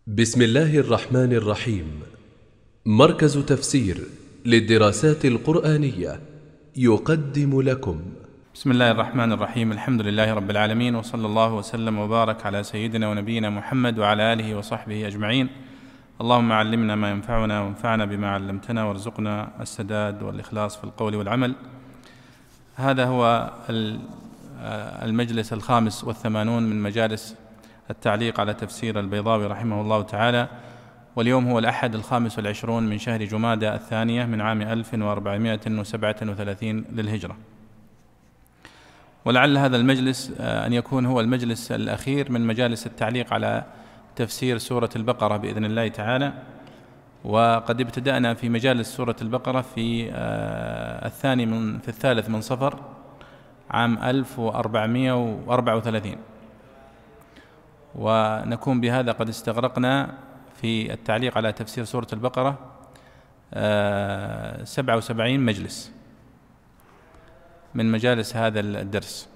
بسم الله الرحمن الرحيم. مركز تفسير للدراسات القرآنية يقدم لكم. بسم الله الرحمن الرحيم. الحمد لله رب العالمين، وصلى الله وسلم وبارك على سيدنا ونبينا محمد وعلى آله وصحبه أجمعين. اللهم علمنا ما ينفعنا وانفعنا بما علمتنا، وارزقنا السداد والإخلاص في القول والعمل. هذا هو المجلس 85 من مجالس التعليق على تفسير البيضاوي رحمه الله تعالى، واليوم هو الأحد 25 من شهر جمادى الثانية من عام 1437 للهجرة، ولعل هذا المجلس أن يكون هو المجلس الأخير من مجالس التعليق على تفسير سورة البقرة بإذن الله تعالى. وقد ابتدأنا في مجالس سورة البقرة في الثالث من صفر عام 1434، ونكون بهذا قد استغرقنا في التعليق على تفسير سورة البقرة 77 مجلس من مجالس هذا الدرس،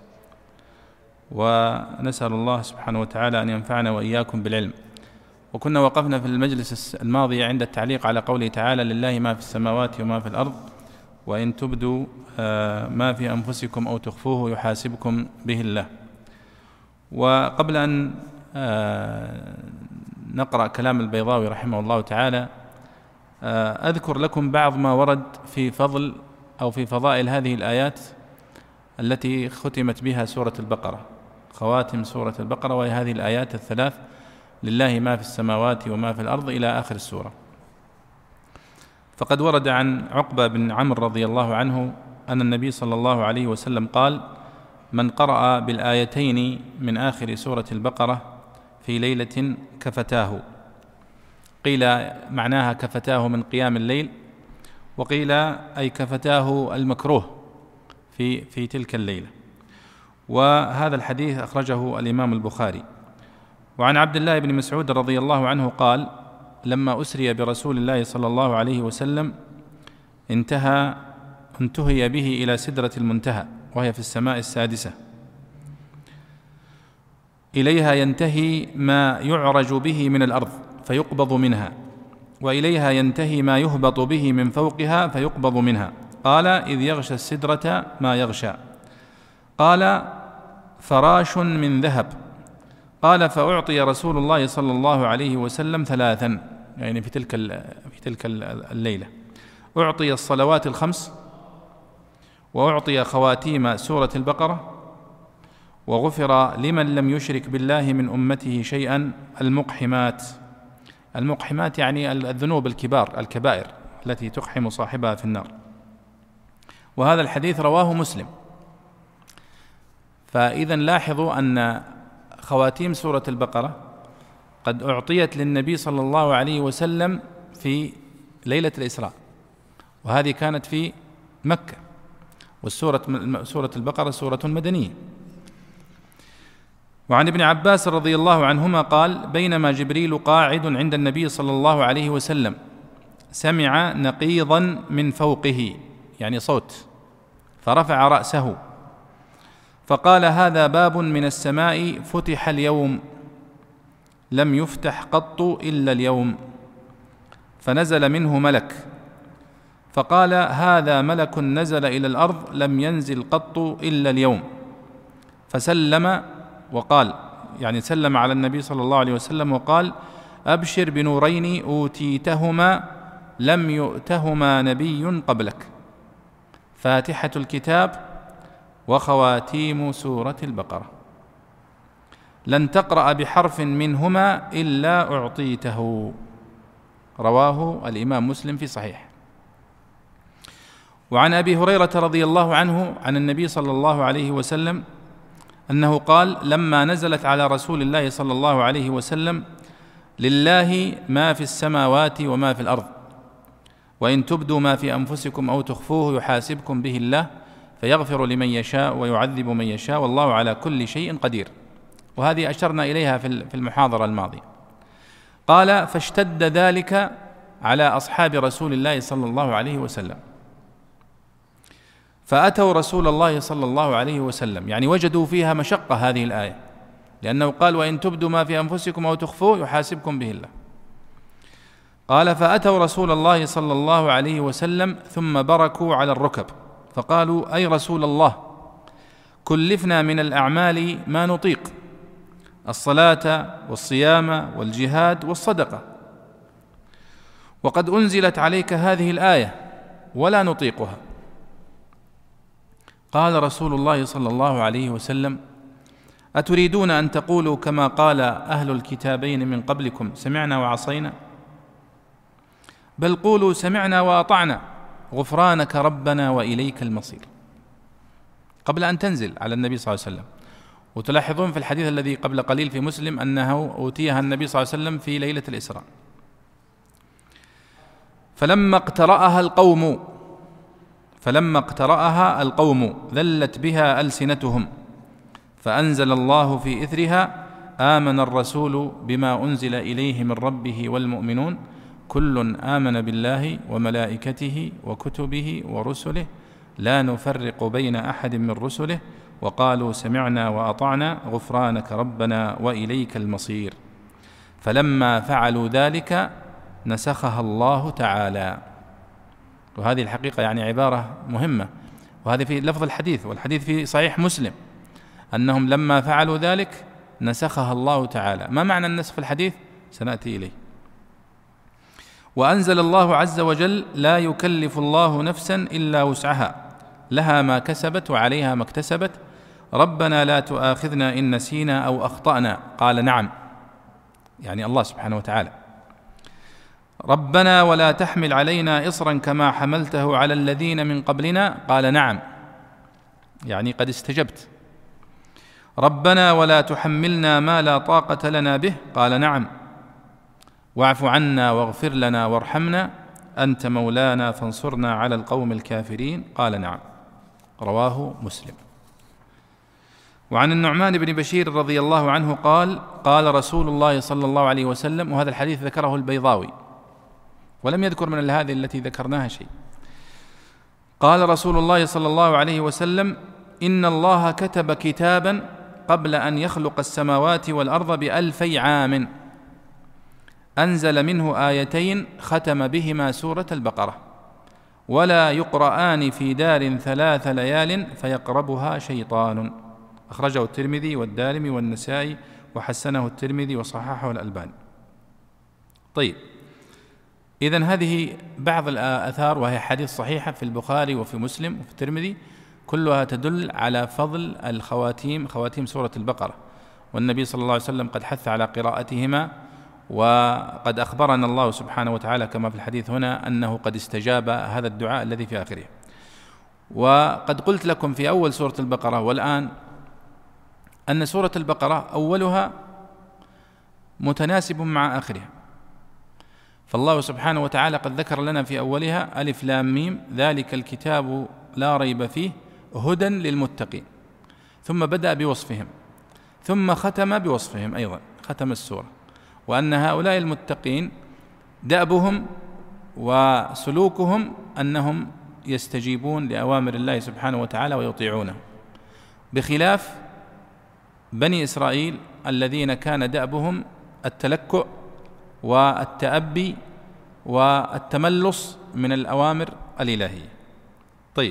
ونسأل الله سبحانه وتعالى أن ينفعنا وإياكم بالعلم. وكنا وقفنا في المجلس الماضي عند التعليق على قوله تعالى: لله ما في السماوات وما في الأرض وإن تبدوا ما في أنفسكم أو تخفوه يحاسبكم به الله. وقبل أن نقرأ كلام البيضاوي رحمه الله تعالى، أذكر لكم بعض ما ورد في فضل أو في فضائل هذه الآيات التي ختمت بها سورة البقرة، خواتم سورة البقرة، وهي هذه الآيات الثلاث: لله ما في السماوات وما في الأرض إلى آخر السورة. فقد ورد عن عقبة بن عمرو رضي الله عنه أن النبي صلى الله عليه وسلم قال: من قرأ بالآيتين من آخر سورة البقرة في ليلة كفتاه. قيل معناها كفتاه من قيام الليل، وقيل أي كفتاه المكروه في تلك الليلة. وهذا الحديث أخرجه الإمام البخاري. وعن عبد الله بن مسعود رضي الله عنه قال: لما أسري برسول الله صلى الله عليه وسلم انتهي به إلى سدرة المنتهى، وهي في السماء السادسة، إليها ينتهي ما يعرج به من الأرض فيقبض منها، وإليها ينتهي ما يهبط به من فوقها فيقبض منها. قال: إذ يغشى السدرة ما يغشى. قال: فراش من ذهب. قال: فأعطي رسول الله صلى الله عليه وسلم ثلاثا، يعني في تلك الليلة أعطي الصلوات الخمس، وأعطي خواتيم سورة البقرة، وغفر لمن لم يشرك بالله من أمته شيئا المقحمات يعني الذنوب الكبائر التي تقحم صاحبها في النار. وهذا الحديث رواه مسلم. فإذا لاحظوا أن خواتيم سورة البقرة قد أعطيت للنبي صلى الله عليه وسلم في ليلة الإسراء، وهذه كانت في مكة، سورة البقرة سورة مدنية. وعن ابن عباس رضي الله عنهما قال: بينما جبريل قاعد عند النبي صلى الله عليه وسلم سمع نقيضا من فوقه، يعني صوت، فرفع رأسه فقال: هذا باب من السماء فتح اليوم لم يفتح قط إلا اليوم. فنزل منه ملك فقال: هذا ملك نزل إلى الأرض لم ينزل قط إلا اليوم. فسلم وقال، يعني سلم على النبي صلى الله عليه وسلم وقال: أبشر بنورين أوتيتهما لم يؤتهما نبي قبلك، فاتحة الكتاب وخواتيم سورة البقرة، لن تقرأ بحرف منهما إلا أعطيته. رواه الإمام مسلم في صحيح. وعن أبي هريرة رضي الله عنه عن النبي صلى الله عليه وسلم أنه قال: لما نزلت على رسول الله صلى الله عليه وسلم: لله ما في السماوات وما في الأرض وإن تبدوا ما في أنفسكم أو تخفوه يحاسبكم به الله فيغفر لمن يشاء ويعذب من يشاء والله على كل شيء قدير. وهذه أشرنا إليها في المحاضرة الماضية. قال: فاشتد ذلك على أصحاب رسول الله صلى الله عليه وسلم، فأتوا رسول الله صلى الله عليه وسلم، يعني وجدوا فيها مشقة هذه الآية، لأنه قال: وإن تبدوا ما في أنفسكم أو تخفوه يحاسبكم به الله. قال: فأتوا رسول الله صلى الله عليه وسلم ثم بركوا على الركب فقالوا: أي رسول الله، كلفنا من الأعمال ما نطيق، الصلاة والصيام والجهاد والصدقة، وقد أنزلت عليك هذه الآية ولا نطيقها. قال رسول الله صلى الله عليه وسلم: أتريدون أن تقولوا كما قال أهل الكتابين من قبلكم سمعنا وعصينا؟ بل قولوا سمعنا وأطعنا غفرانك ربنا وإليك المصير، قبل أن تنزل على النبي صلى الله عليه وسلم. وتلاحظون في الحديث الذي قبل قليل في مسلم أنه أوتيها النبي صلى الله عليه وسلم في ليلة الإسراء. فلما اقترأها القوم ذلت بها ألسنتهم، فأنزل الله في إثرها: آمن الرسول بما أنزل إليه من ربه والمؤمنون كل آمن بالله وملائكته وكتبه ورسله لا نفرق بين أحد من رسله وقالوا سمعنا وأطعنا غفرانك ربنا وإليك المصير. فلما فعلوا ذلك نسخها الله تعالى. وهذه الحقيقة يعني عبارة مهمة، وهذا في لفظ الحديث، والحديث في صحيح مسلم أنهم لما فعلوا ذلك نسخها الله تعالى. ما معنى النسخ في الحديث؟ سنأتي إليه. وأنزل الله عز وجل: لا يكلف الله نفسا إلا وسعها لها ما كسبت وعليها ما اكتسبت ربنا لا تؤاخذنا إن نسينا أو أخطأنا. قال: نعم، يعني الله سبحانه وتعالى. ربنا ولا تحمل علينا إصرا كما حملته على الذين من قبلنا. قال: نعم، يعني قد استجبت. ربنا ولا تحملنا ما لا طاقة لنا به. قال: نعم. واعف عنا واغفر لنا وارحمنا أنت مولانا فانصرنا على القوم الكافرين. قال: نعم. رواه مسلم. وعن النعمان بن بشير رضي الله عنه قال: قال رسول الله صلى الله عليه وسلم، وهذا الحديث ذكره البيضاوي ولم يذكر من هذه التي ذكرناها شيء. قال رسول الله صلى الله عليه وسلم: إن الله كتب كتابا قبل أن يخلق السماوات والأرض ب2000 عام، أنزل منه آيتين ختم بهما سورة البقرة، ولا يقرآن في دار 3 ليال فيقربها شيطان. أخرجه الترمذي والدارمي والنسائي وحسنه الترمذي وصححه الألباني. طيب، إذن هذه بعض الآثار وهي حديث صحيحة في البخاري وفي مسلم وفي الترمذي، كلها تدل على فضل خواتيم سورة البقرة، والنبي صلى الله عليه وسلم قد حث على قراءتهما، وقد أخبرنا الله سبحانه وتعالى كما في الحديث هنا أنه قد استجاب هذا الدعاء الذي في آخره. وقد قلت لكم في أول سورة البقرة والآن أن سورة البقرة أولها متناسب مع آخرها، فالله سبحانه وتعالى قد ذكر لنا في أولها: ألف لام ميم ذلك الكتاب لا ريب فيه هدى للمتقين، ثم بدأ بوصفهم ثم ختم بوصفهم أيضا، ختم السورة، وأن هؤلاء المتقين دأبهم وسلوكهم أنهم يستجيبون لأوامر الله سبحانه وتعالى ويطيعونه، بخلاف بني إسرائيل الذين كان دأبهم التلكؤ والتأبي والتملص من الأوامر الإلهية. طيب،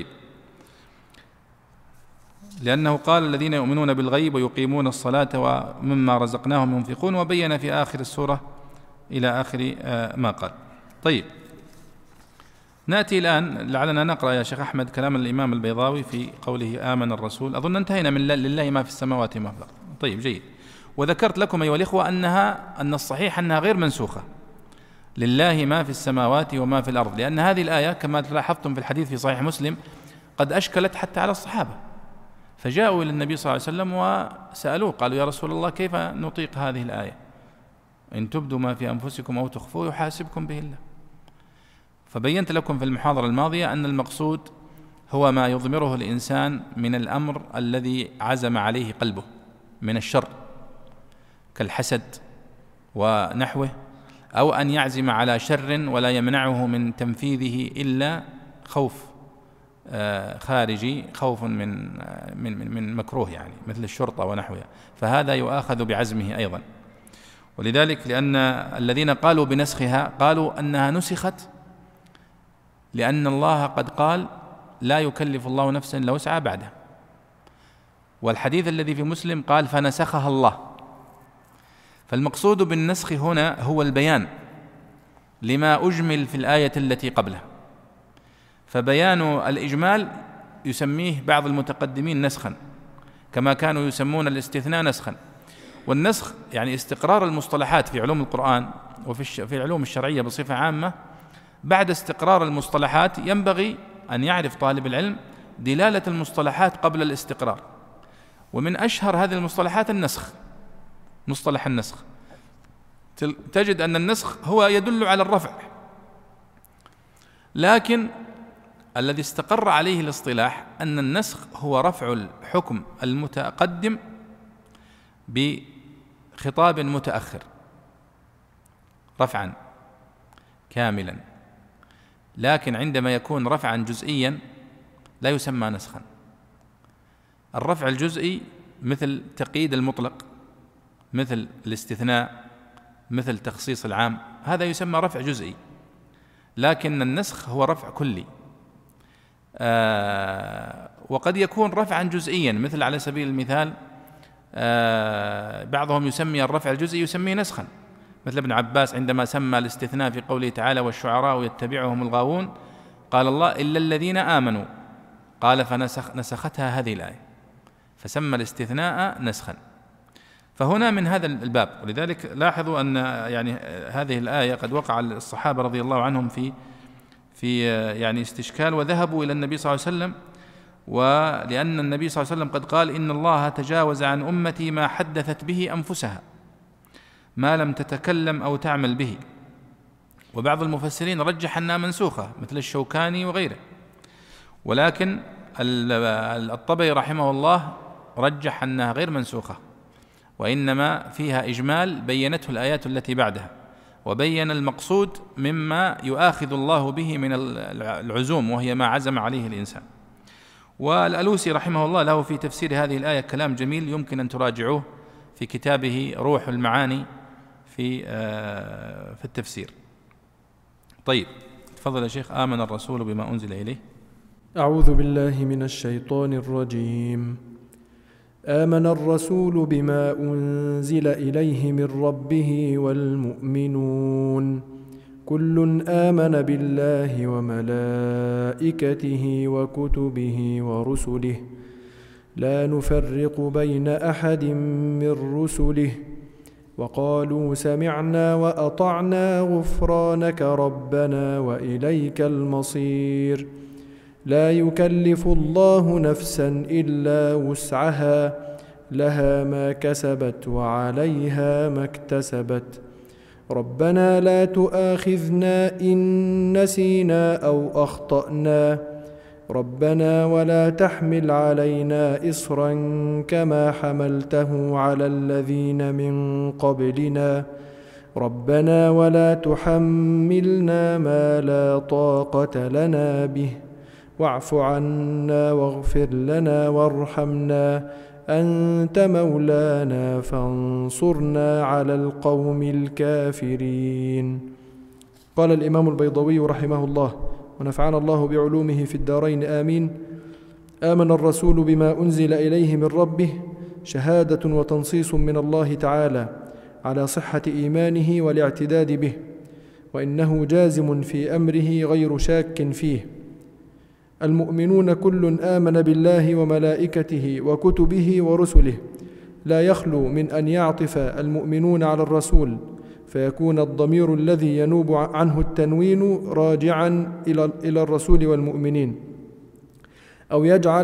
لأنه قال: الذين يؤمنون بالغيب ويقيمون الصلاة ومما رزقناهم ينفقون، وبين في آخر السورة إلى آخر ما قال. طيب، نأتي الآن لعلنا نقرأ يا شيخ أحمد كلام الإمام البيضاوي في قوله آمن الرسول. أظن انتهينا من لله ما في السماوات ما في الأرض. طيب، جيد. وذكرت لكم أيها الإخوة أن الصحيح أنها غير منسوخة، لله ما في السماوات وما في الأرض، لأن هذه الآية كما لاحظتم في الحديث في صحيح مسلم قد أشكلت حتى على الصحابة، فجاءوا إلى النبي صلى الله عليه وسلم وسألوه، قالوا: يا رسول الله كيف نطيق هذه الآية؟ إن تبدوا ما في أنفسكم أو تخفوه يحاسبكم به الله. فبينت لكم في المحاضرة الماضية أن المقصود هو ما يضمره الإنسان من الأمر الذي عزم عليه قلبه من الشر كالحسد ونحوه، أو أن يعزم على شر ولا يمنعه من تنفيذه إلا خوف خارجي، خوف من مكروه، يعني مثل الشرطة ونحوها، فهذا يؤاخذ بعزمه أيضا. ولذلك لأن الذين قالوا بنسخها قالوا أنها نسخت لأن الله قد قال لا يكلف الله نفسا إلا وسعها بعده، والحديث الذي في مسلم قال فنسخها الله. فالمقصود بالنسخ هنا هو البيان لما أجمل في الآية التي قبلها، فبيان الإجمال يسميه بعض المتقدمين نسخا، كما كانوا يسمون الاستثناء نسخا. والنسخ يعني استقرار المصطلحات في علوم القرآن وفي العلوم الشرعية بصفة عامة. بعد استقرار المصطلحات ينبغي أن يعرف طالب العلم دلالة المصطلحات قبل الاستقرار، ومن أشهر هذه المصطلحات النسخ، مصطلح النسخ. تجد أن النسخ هو يدل على الرفع، لكن الذي استقر عليه الاصطلاح أن النسخ هو رفع الحكم المتقدم بخطاب متأخر رفعا كاملا، لكن عندما يكون رفعا جزئيا لا يسمى نسخا. الرفع الجزئي مثل تقييد المطلق، مثل الاستثناء، مثل تخصيص العام، هذا يسمى رفع جزئي، لكن النسخ هو رفع كلي. وقد يكون رفعا جزئيا، مثل على سبيل المثال بعضهم يسمي الرفع الجزئي يسميه نسخا، مثل ابن عباس عندما سمى الاستثناء في قوله تعالى والشعراء يتبعهم الغاوون، قال الله إلا الذين آمنوا، قال فنسختها هذه الآية، فسمى الاستثناء نسخا. فهنا من هذا الباب، ولذلك لاحظوا أن يعني هذه الآية قد وقع الصحابة رضي الله عنهم في يعني استشكال، وذهبوا إلى النبي صلى الله عليه وسلم، ولأن النبي صلى الله عليه وسلم قد قال إن الله تجاوز عن أمتي ما حدثت به أنفسها ما لم تتكلم أو تعمل به. وبعض المفسرين رجح أنها منسوخة مثل الشوكاني وغيره، ولكن الطبري رحمه الله رجح أنها غير منسوخة، وإنما فيها إجمال بينته الآيات التي بعدها، وبين المقصود مما يؤاخذ الله به من العزوم، وهي ما عزم عليه الإنسان. والألوسي رحمه الله له في تفسير هذه الآية كلام جميل يمكن أن تراجعوه في كتابه روح المعاني في التفسير. طيب تفضل يا شيخ. آمن الرسول بما أنزل إليه. أعوذ بالله من الشيطان الرجيم. آمن الرسول بما أنزل إليه من ربه والمؤمنون كل آمن بالله وملائكته وكتبه ورسله لا نفرق بين أحد من رسله وقالوا سمعنا وأطعنا غفرانك ربنا وإليك المصير لا يكلف الله نفسا إلا وسعها لها ما كسبت وعليها ما اكتسبت ربنا لا تؤاخذنا إن نسينا أو أخطأنا ربنا ولا تحمل علينا إصرا كما حملته على الذين من قبلنا ربنا ولا تحملنا ما لا طاقة لنا به واعف عنا واغفر لنا وارحمنا أنت مولانا فانصرنا على القوم الكافرين. قال الإمام البيضاوي رحمه الله ونفعنا الله بعلومه في الدارين آمين. آمن الرسول بما أنزل إليه من ربه شهادة وتنصيص من الله تعالى على صحة إيمانه والاعتداد به، وإنه جازم في أمره غير شاك فيه. المؤمنون كل آمن بالله وملائكته وكتبه ورسله، لا يخلو من أن يعطف المؤمنون على الرسول فيكون الضمير الذي ينوب عنه التنوين راجعا إلى الرسول والمؤمنين، أو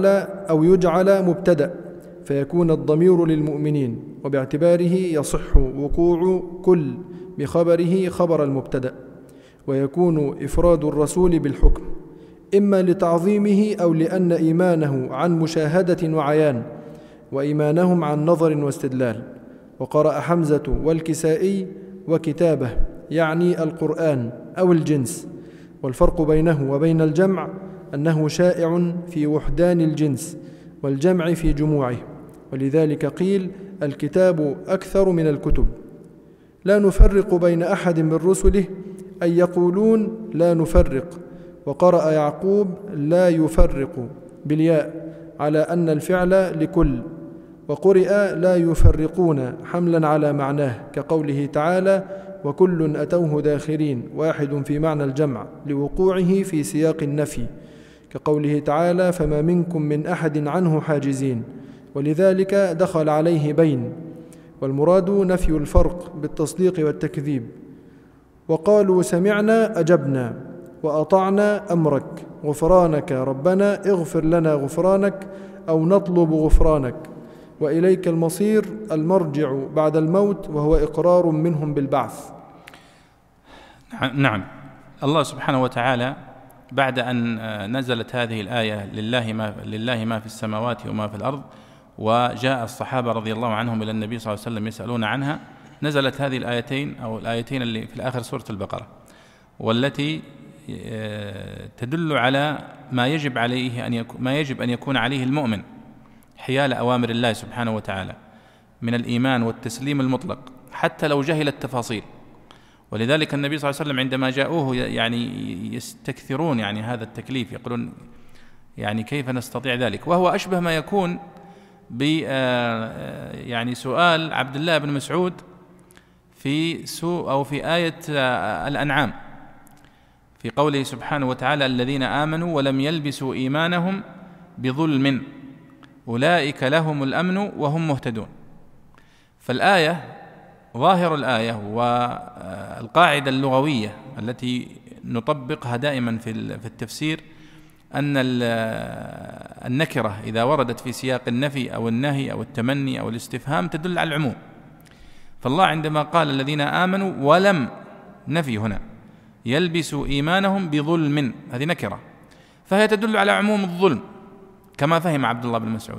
يجعل مبتدأ فيكون الضمير للمؤمنين، وباعتباره يصح وقوع كل بخبره خبر المبتدأ، ويكون إفراد الرسول بالحكم إما لتعظيمه أو لأن إيمانه عن مشاهدة وعيان، وإيمانهم عن نظر واستدلال. وقرأ حمزة والكسائي وكتابه يعني القرآن أو الجنس، والفرق بينه وبين الجمع أنه شائع في وحدان الجنس والجمع في جموعه، ولذلك قيل الكتاب أكثر من الكتب، لا نفرق بين أحد من رسله أي يقولون لا نفرق. وقرأ يعقوب لا يفرق بالياء على أن الفعل لكل، وقرئ لا يفرقون حملا على معناه كقوله تعالى وكل أتوه داخرين، واحد في معنى الجمع لوقوعه في سياق النفي كقوله تعالى فما منكم من أحد عنه حاجزين، ولذلك دخل عليه بين، والمراد نفي الفرق بالتصديق والتكذيب. وقالوا سمعنا أجبنا وأطعنا أمرك غفرانك ربنا اغفر لنا غفرانك أو نطلب غفرانك وإليك المصير المرجع بعد الموت، وهو إقرار منهم بالبعث. نعم، الله سبحانه وتعالى بعد أن نزلت هذه الآية لله ما في السماوات وما في الأرض، وجاء الصحابة رضي الله عنهم إلى النبي صلى الله عليه وسلم يسألون عنها، نزلت هذه الآيتين أو الآيتين اللي في الآخر سورة البقرة، والتي تدل على ما يجب أن يكون عليه المؤمن حيال أوامر الله سبحانه وتعالى من الإيمان والتسليم المطلق حتى لو جهل التفاصيل. ولذلك النبي صلى الله عليه وسلم عندما جاءوه يعني يستكثرون يعني هذا التكليف، يقولون يعني كيف نستطيع ذلك، وهو أشبه ما يكون يعني سؤال عبد الله بن مسعود في آية الأنعام في قوله سبحانه وتعالى الذين آمنوا ولم يلبسوا إيمانهم بظلم أولئك لهم الأمن وهم مهتدون. فالآية ظاهر الآية والقاعدة اللغوية التي نطبقها دائما في التفسير أن النكرة إذا وردت في سياق النفي أو النهي أو التمني أو الاستفهام تدل على العموم. فالله عندما قال الذين آمنوا ولم نفي هنا يلبسوا إيمانهم بظلم، هذه نكرة، فهي تدل على عموم الظلم كما فهم عبد الله بن مسعود،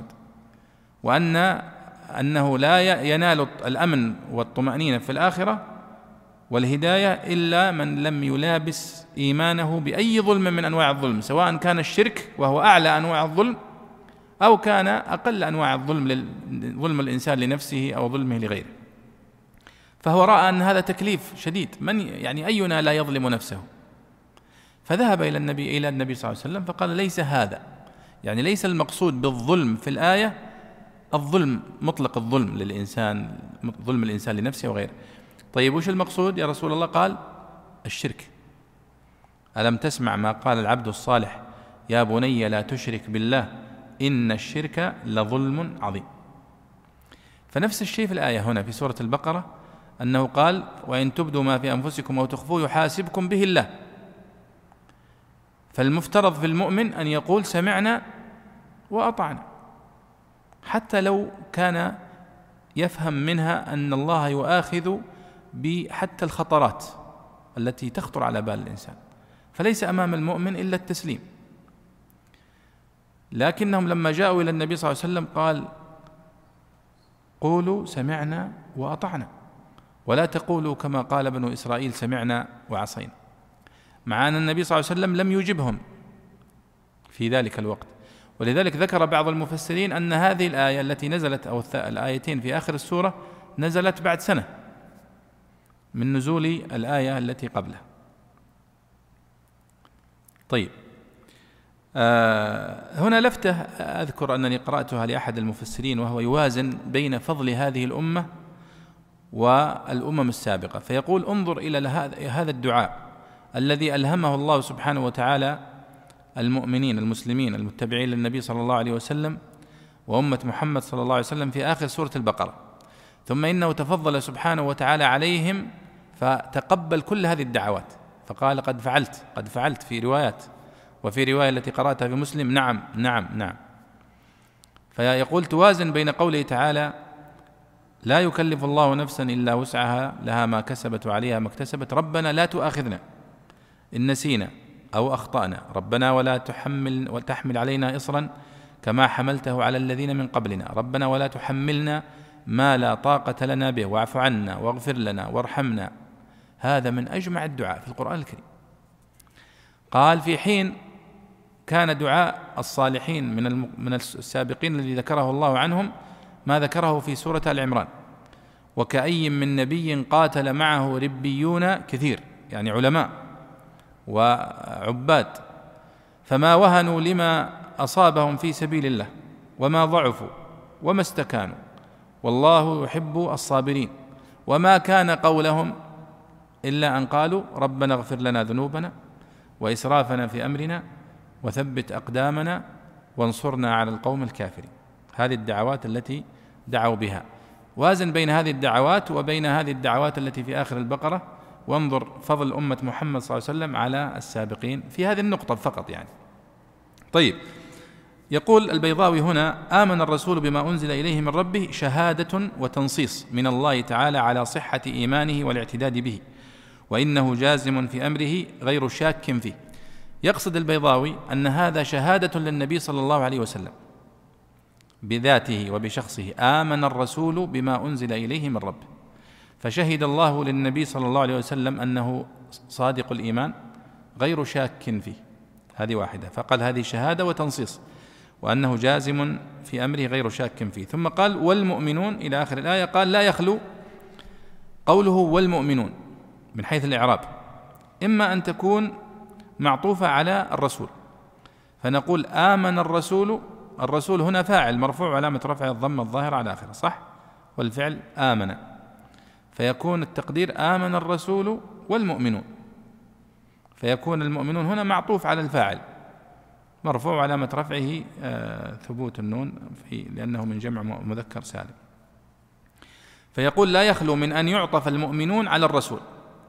وأنه لا ينال الأمن والطمأنينة في الآخرة والهداية إلا من لم يلابس إيمانه بأي ظلم من أنواع الظلم، سواء كان الشرك وهو أعلى أنواع الظلم أو كان أقل أنواع الظلم، ظلم الإنسان لنفسه أو ظلمه لغيره. فهو رأى أن هذا تكليف شديد، من يعني أينا لا يظلم نفسه، فذهب إلى النبي صلى الله عليه وسلم فقال ليس هذا، يعني ليس المقصود بالظلم في الآية الظلم مطلق الظلم للإنسان، ظلم الإنسان لنفسه وغيره. طيب وش المقصود يا رسول الله؟ قال الشرك. ألم تسمع ما قال العبد الصالح يا بني لا تشرك بالله إن الشرك لظلم عظيم. فنفس الشيء في الآية هنا في سورة البقرة، أنه قال وإن تبدوا ما في أنفسكم أو تخفوه يحاسبكم به الله. فالمفترض في المؤمن أن يقول سمعنا وأطعنا، حتى لو كان يفهم منها أن الله يؤاخذ بحتى الخطرات التي تخطر على بال الإنسان، فليس أمام المؤمن إلا التسليم. لكنهم لما جاءوا إلى النبي صلى الله عليه وسلم قال قولوا سمعنا وأطعنا ولا تقولوا كما قال بنو إسرائيل سمعنا وعصينا، مع أن النبي صلى الله عليه وسلم لم يجبهم في ذلك الوقت. ولذلك ذكر بعض المفسرين أن هذه الآية التي نزلت أو الآيتين في آخر السورة نزلت بعد سنة من نزول الآية التي قبلها. طيب، هنا لفتة أذكر أنني قرأتها لأحد المفسرين، وهو يوازن بين فضل هذه الأمة والأمم السابقة، فيقول انظر إلى هذا الدعاء الذي ألهمه الله سبحانه وتعالى المؤمنين المسلمين المتبعين للنبي صلى الله عليه وسلم وأمة محمد صلى الله عليه وسلم في آخر سورة البقرة، ثم إنه تفضل سبحانه وتعالى عليهم فتقبل كل هذه الدعوات فقال قد فعلت في روايات، وفي رواية التي قرأتها في مسلم نعم نعم نعم. فيقول توازن بين قوله تعالى لا يكلف الله نفسا إلا وسعها لها ما كسبت وعليها ما اكتسبت، ربنا لا تؤاخذنا إن نسينا أو أخطأنا، ربنا ولا تحمل علينا إصرا كما حملته على الذين من قبلنا، ربنا ولا تحملنا ما لا طاقة لنا به واعف عنا واغفر لنا وارحمنا. هذا من أجمع الدعاء في القرآن الكريم. قال في حين كان دعاء الصالحين من السابقين الذي ذكره الله عنهم ما ذكره في سورة آل عمران، وكأي من نبي قاتل معه ربيون كثير، يعني علماء وعباد، فما وهنوا لما أصابهم في سبيل الله وما ضعفوا وما استكانوا، والله يحب الصابرين. وما كان قولهم إلا أن قالوا ربنا اغفر لنا ذنوبنا وإسرافنا في أمرنا وثبت أقدامنا وانصرنا على القوم الكافرين. هذه الدعوات التي دعوا بها. وازن بين هذه الدعوات وبين هذه الدعوات التي في آخر البقرة، وانظر فضل أمة محمد صلى الله عليه وسلم على السابقين في هذه النقطة فقط يعني. طيب، يقول البيضاوي هنا: آمن الرسول بما أنزل إليه من ربه شهادة وتنصيص من الله تعالى على صحة إيمانه والاعتداد به، وإنه جازم في أمره غير شاك فيه. يقصد البيضاوي أن هذا شهادة للنبي صلى الله عليه وسلم بذاته وبشخصه. آمن الرسول بما أنزل إليه من ربه، فشهد الله للنبي صلى الله عليه وسلم أنه صادق الإيمان غير شاك فيه. هذه واحدة، فقال هذه شهادة وتنصيص، وأنه جازم في أمره غير شاك فيه. ثم قال والمؤمنون إلى آخر الآية. قال لا يخلو قوله والمؤمنون من حيث الإعراب إما أن تكون معطوفة على الرسول، فنقول آمن الرسول. الرسول هنا فاعل مرفوع علامة رفع الضمة الظاهرة على آخره، صح؟ والفعل آمن، فيكون التقدير آمن الرسول والمؤمنون، فيكون المؤمنون هنا معطوف على الفاعل مرفوع علامة رفعه ثبوت النون لأنه من جمع مذكر سالم. فيقول لا يخلو من أن يعطف المؤمنون على الرسول،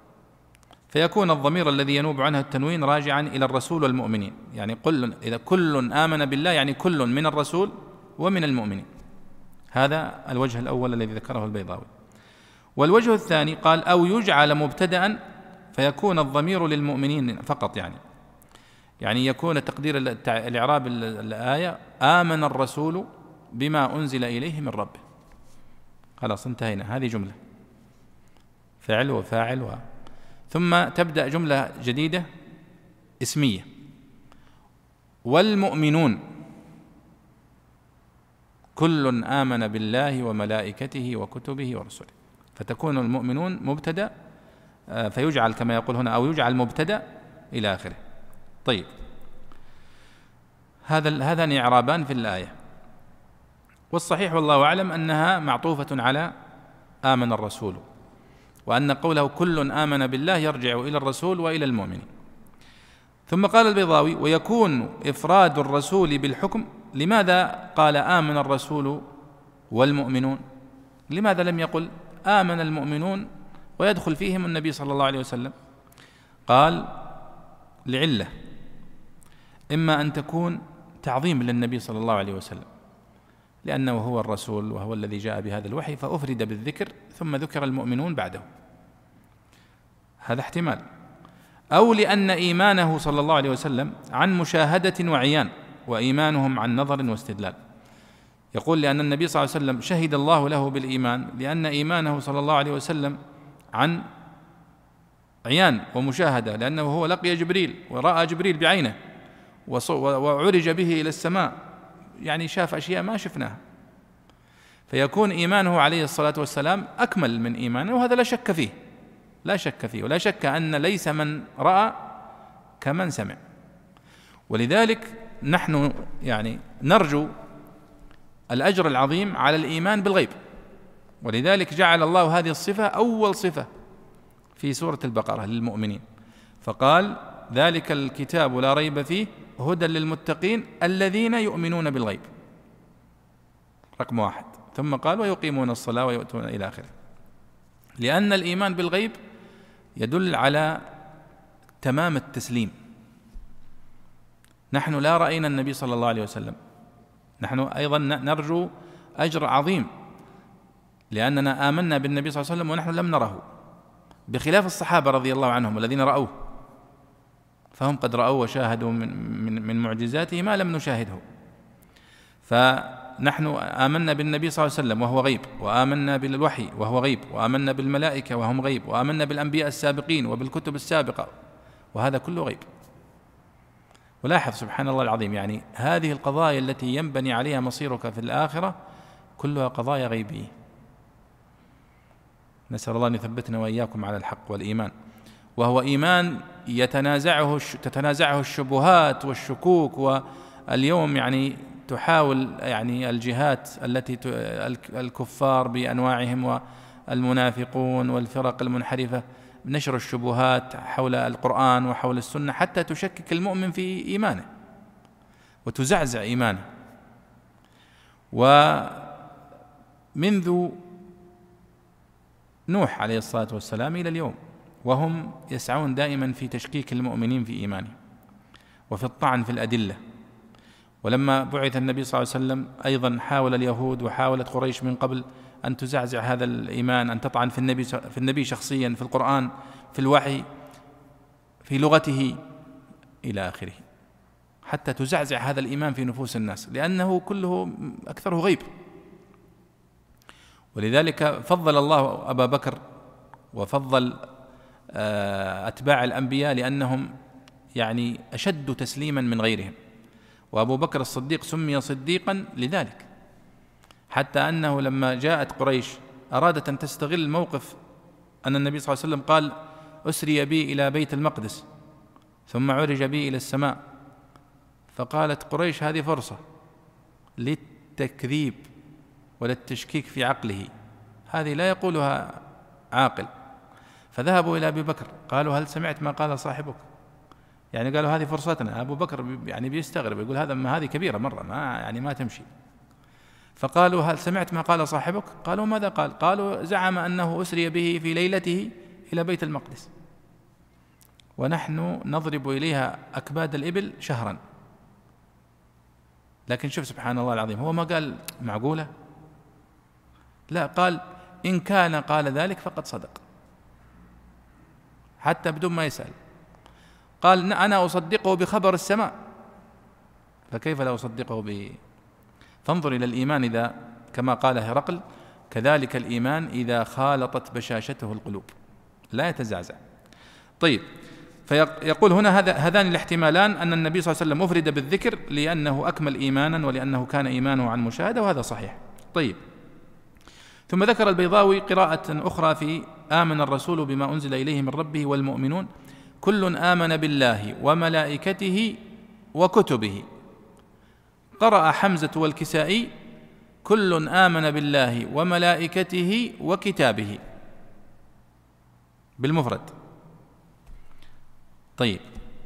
فيكون الضمير الذي ينوب عنه التنوين راجعا إلى الرسول والمؤمنين، يعني إذا كل آمن بالله يعني كل من الرسول ومن المؤمنين. هذا الوجه الأول الذي ذكره البيضاوي. والوجه الثاني قال أو يجعل مبتدأ فيكون الضمير للمؤمنين فقط، يعني يكون تقدير الإعراب الآية آمن الرسول بما أنزل إليه من ربه. خلاص انتهينا، هذه جملة فعل وفاعل ثم تبدأ جملة جديدة اسمية والمؤمنون كل آمن بالله وملائكته وكتبه ورسله، فتكون المؤمنون مبتدأ فيجعل كما يقول هنا أو يجعل مبتدأ إلى آخره. طيب، هذان إعرابان في الآية، والصحيح والله أعلم أنها معطوفة على آمن الرسول، وأن قوله كل آمن بالله يرجع إلى الرسول وإلى المؤمنين. ثم قال البيضاوي ويكون إفراد الرسول بالحكم. لماذا قال آمن الرسول والمؤمنون؟ لماذا لم يقل آمن المؤمنون ويدخل فيهم النبي صلى الله عليه وسلم؟ قال لعلة، إما أن تكون تعظيم للنبي صلى الله عليه وسلم لأنه هو الرسول وهو الذي جاء بهذا الوحي فأفرد بالذكر ثم ذكر المؤمنون بعده، هذا احتمال. أو لأن إيمانه صلى الله عليه وسلم عن مشاهدة وعيان، وإيمانهم عن نظر واستدلال. يقول لأن النبي صلى الله عليه وسلم شهد الله له بالإيمان لأن إيمانه صلى الله عليه وسلم عن عيان ومشاهدة، لأنه هو لقي جبريل ورأى جبريل بعينه وعرج به إلى السماء، يعني شاف أشياء ما شفناها، فيكون إيمانه عليه الصلاة والسلام أكمل من إيمانه، وهذا لا شك فيه، لا شك فيه، ولا شك أن ليس من رأى كمن سمع. ولذلك نحن يعني نرجو الأجر العظيم على الإيمان بالغيب، ولذلك جعل الله هذه الصفة أول صفة في سورة البقرة للمؤمنين، فقال ذلك الكتاب لا ريب فيه هدى للمتقين الذين يؤمنون بالغيب، رقم 1. ثم قال ويقيمون الصلاة ويؤتون إلى آخره، لأن الإيمان بالغيب يدل على تمام التسليم. نحن لا رأينا النبي صلى الله عليه وسلم، نحن أيضا نرجو أجر عظيم لأننا آمنا بالنبي صلى الله عليه وسلم ونحن لم نره، بخلاف الصحابة رضي الله عنهم الذين رأوه، فهم قد رأوا وشاهدوا من معجزاته ما لم نشاهده. فنحن آمنا بالنبي صلى الله عليه وسلم وهو غيب، وآمنا بالوحي وهو غيب، وآمنا بالملائكة وهم غيب، وآمنا بالأنبياء السابقين وبالكتب السابقة، وهذا كله غيب. ولاحظ سبحان الله العظيم، يعني هذه القضايا التي ينبني عليها مصيرك في الآخرة كلها قضايا غيبية، نسأل الله أن يثبتنا وإياكم على الحق والإيمان، وهو إيمان تتنازعه الشبهات والشكوك. واليوم يعني تحاول يعني الجهات التي الكفار بأنواعهم والمنافقون والفرق المنحرفة نشر الشبهات حول القرآن وحول السنة حتى تشكك المؤمن في إيمانه وتزعزع إيمانه. ومنذ نوح عليه الصلاة والسلام إلى اليوم وهم يسعون دائما في تشكيك المؤمنين في إيمانهم وفي الطعن في الأدلة. ولما بعث النبي صلى الله عليه وسلم أيضا حاول اليهود وحاولت قريش من قبل أن تزعزع هذا الإيمان، أن تطعن في النبي شخصيا، في القرآن، في الوحي، في لغته إلى آخره، حتى تزعزع هذا الإيمان في نفوس الناس، لأنه كله أكثره غيب. ولذلك فضل الله أبا بكر وفضل أتباع الأنبياء لأنهم يعني أشد تسليما من غيرهم. وأبو بكر الصديق سمي صديقا لذلك، حتى أنه لما جاءت قريش أرادت أن تستغل الموقف أن النبي صلى الله عليه وسلم قال أسري بي إلى بيت المقدس ثم عرج بي إلى السماء، فقالت قريش هذه فرصة للتكذيب وللتشكيك في عقله، هذه لا يقولها عاقل. فذهبوا إلى أبي بكر قالوا هل سمعت ما قال صاحبك؟ يعني قالوا هذه فرصتنا. أبو بكر يعني بيستغرب، يقول هذه كبيرة مرة ما تمشي. فقالوا هل سمعت ما قال صاحبك؟ قالوا ماذا قال؟ قالوا زعم أنه أسري به في ليلته إلى بيت المقدس ونحن نضرب إليها أكباد الإبل شهرا. لكن شوف سبحان الله العظيم، هو ما قال معقولة، لا، قال إن كان قال ذلك فقد صدق، حتى بدون ما يسأل. قال أنا أصدقه بخبر السماء، فكيف لا أصدقه فانظر إلى الإيمان إذا كما قال هرقل كذلك الإيمان إذا خالطت بشاشته القلوب لا يتزعزع. طيب، فيقول هنا هذان الاحتمالان أن النبي صلى الله عليه وسلم أفرد بالذكر لأنه أكمل إيمانا ولأنه كان إيمانه عن مشاهدة، وهذا صحيح. طيب، ثم ذكر البيضاوي قراءة أخرى في آمن الرسول بما أنزل إليه من ربه والمؤمنون كل آمن بالله وملائكته وكتبه. قرأ حمزة والكسائي كل آمن بالله وملائكته وكتابه بالمفرد. طيب،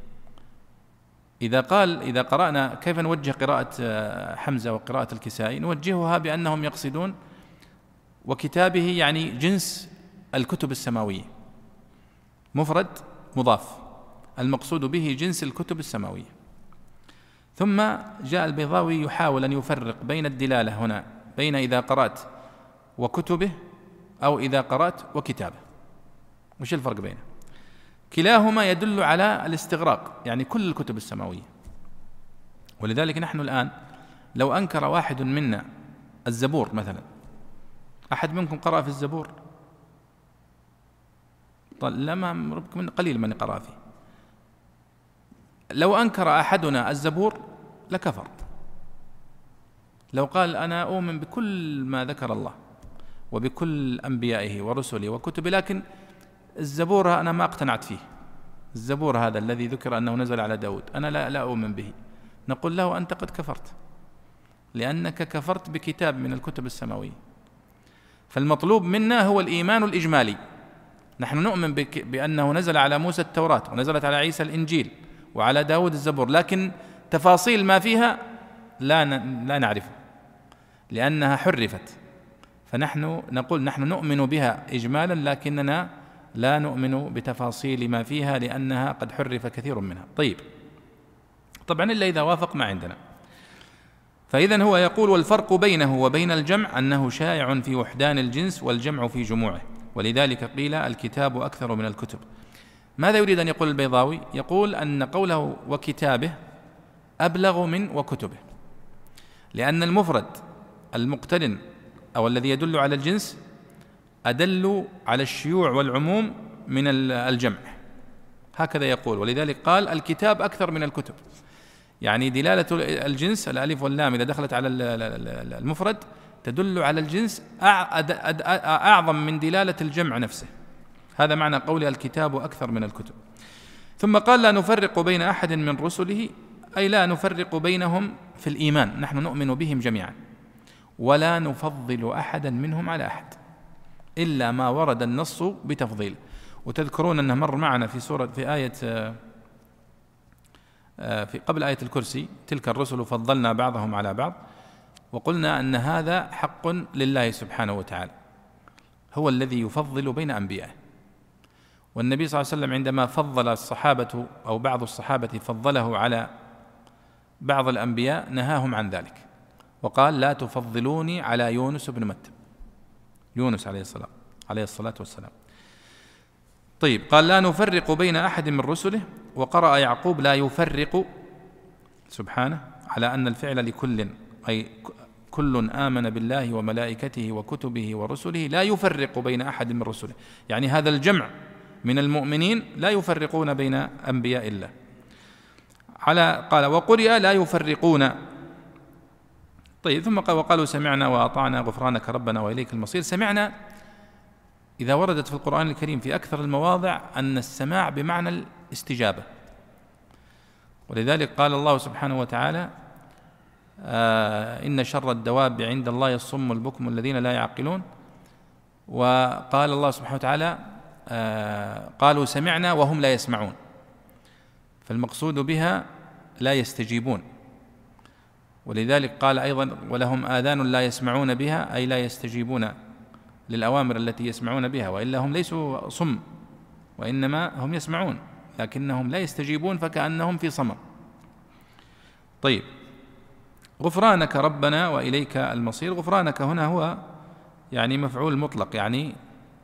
إذا قرأنا كيف نوجه قراءة حمزة وقراءة الكسائي؟ نوجهها بأنهم يقصدون وكتابه يعني جنس الكتب السماوية، مفرد مضاف، المقصود به جنس الكتب السماوية. ثم جاء البيضاوي يحاول أن يفرق بين الدلالة هنا بين إذا قرأت وكتبه أو إذا قرأت وكتابه. وش الفرق بينه؟ كلاهما يدل على الاستغراق، يعني كل الكتب السماوية. ولذلك نحن الآن لو أنكر واحد منا الزبور مثلا، أحد منكم قرأ في الزبور؟ لما قليل من قرأ فيه. لو أنكر أحدنا الزبور لكفر، لو قال أنا أؤمن بكل ما ذكر الله وبكل أنبيائه ورسله وكتبه، لكن الزبور أنا ما اقتنعت فيه، الزبور هذا الذي ذكر أنه نزل على داود أنا لا أؤمن به، نقول له أنت قد كفرت، لأنك كفرت بكتاب من الكتب السماوية. فالمطلوب منا هو الإيمان الإجمالي، نحن نؤمن بأنه نزل على موسى التوراة ونزلت على عيسى الإنجيل وعلى داود الزبور، لكن تفاصيل ما فيها لا نعرفه لأنها حرفت. فنحن نقول نحن نؤمن بها إجمالا، لكننا لا نؤمن بتفاصيل ما فيها لأنها قد حرف كثير منها. طيب، طبعا إلا إذا وافق ما عندنا. فإذن هو يقول والفرق بينه وبين الجمع أنه شائع في وحدان الجنس والجمع في جموعه، ولذلك قيل الكتاب أكثر من الكتب. ماذا يريد أن يقول البيضاوي؟ يقول أن قوله وكتابه أبلغ من وكتبه، لأن المفرد المقترن أو الذي يدل على الجنس أدل على الشيوع والعموم من الجمع، هكذا يقول. ولذلك قال الكتاب أكثر من يعني دلالة الجنس الألف واللام إذا دخلت على المفرد تدل على الجنس أعظم من دلالة الجمع نفسه. هذا معنى قول الكتاب أكثر من الكتب. ثم قال لا نفرق بين أحد من رسله، أي لا نفرق بينهم في الإيمان، نحن نؤمن بهم جميعا، ولا نفضل أحدا منهم على أحد إلا ما ورد النص بتفضيل. وتذكرون أنه مر معنا في آية في قبل آية الكرسي تلك الرسل فضلنا بعضهم على بعض، وقلنا أن هذا حق لله سبحانه وتعالى، هو الذي يفضل بين أنبيائه. والنبي صلى الله عليه وسلم عندما فضل الصحابة أو بعض الصحابة فضله على بعض الأنبياء نهاهم عن ذلك، وقال لا تفضلوني على يونس بن متى، يونس عليه الصلاة والسلام. طيب، قال لا نفرق بين أحد من رسله. وقرأ يعقوب لا يفرق سبحانه على أن الفعل لكل، أي كل آمن بالله وملائكته وكتبه ورسله لا يفرق بين أحد من رسله، يعني هذا الجمع من المؤمنين لا يفرقون بين أنبياء الله. قال وقرئ لا يفرقون. طيب، ثم قال وقالوا سمعنا وأطعنا غفرانك ربنا وإليك المصير. سمعنا إذا وردت في القرآن الكريم في أكثر المواضع أن السماع بمعنى الاستجابة، ولذلك قال الله سبحانه وتعالى إن شر الدواب عند الله الصم البكم الذين لا يعقلون. وقال الله سبحانه وتعالى قالوا سمعنا وهم لا يسمعون، فالمقصود بها لا يستجيبون. ولذلك قال أيضا ولهم آذان لا يسمعون بها، أي لا يستجيبون للأوامر التي يسمعون بها، وإلا هم ليسوا صم وإنما هم يسمعون لكنهم لا يستجيبون فكأنهم في صمم. طيب، غفرانك ربنا وإليك المصير. غفرانك هنا هو يعني مفعول مطلق، يعني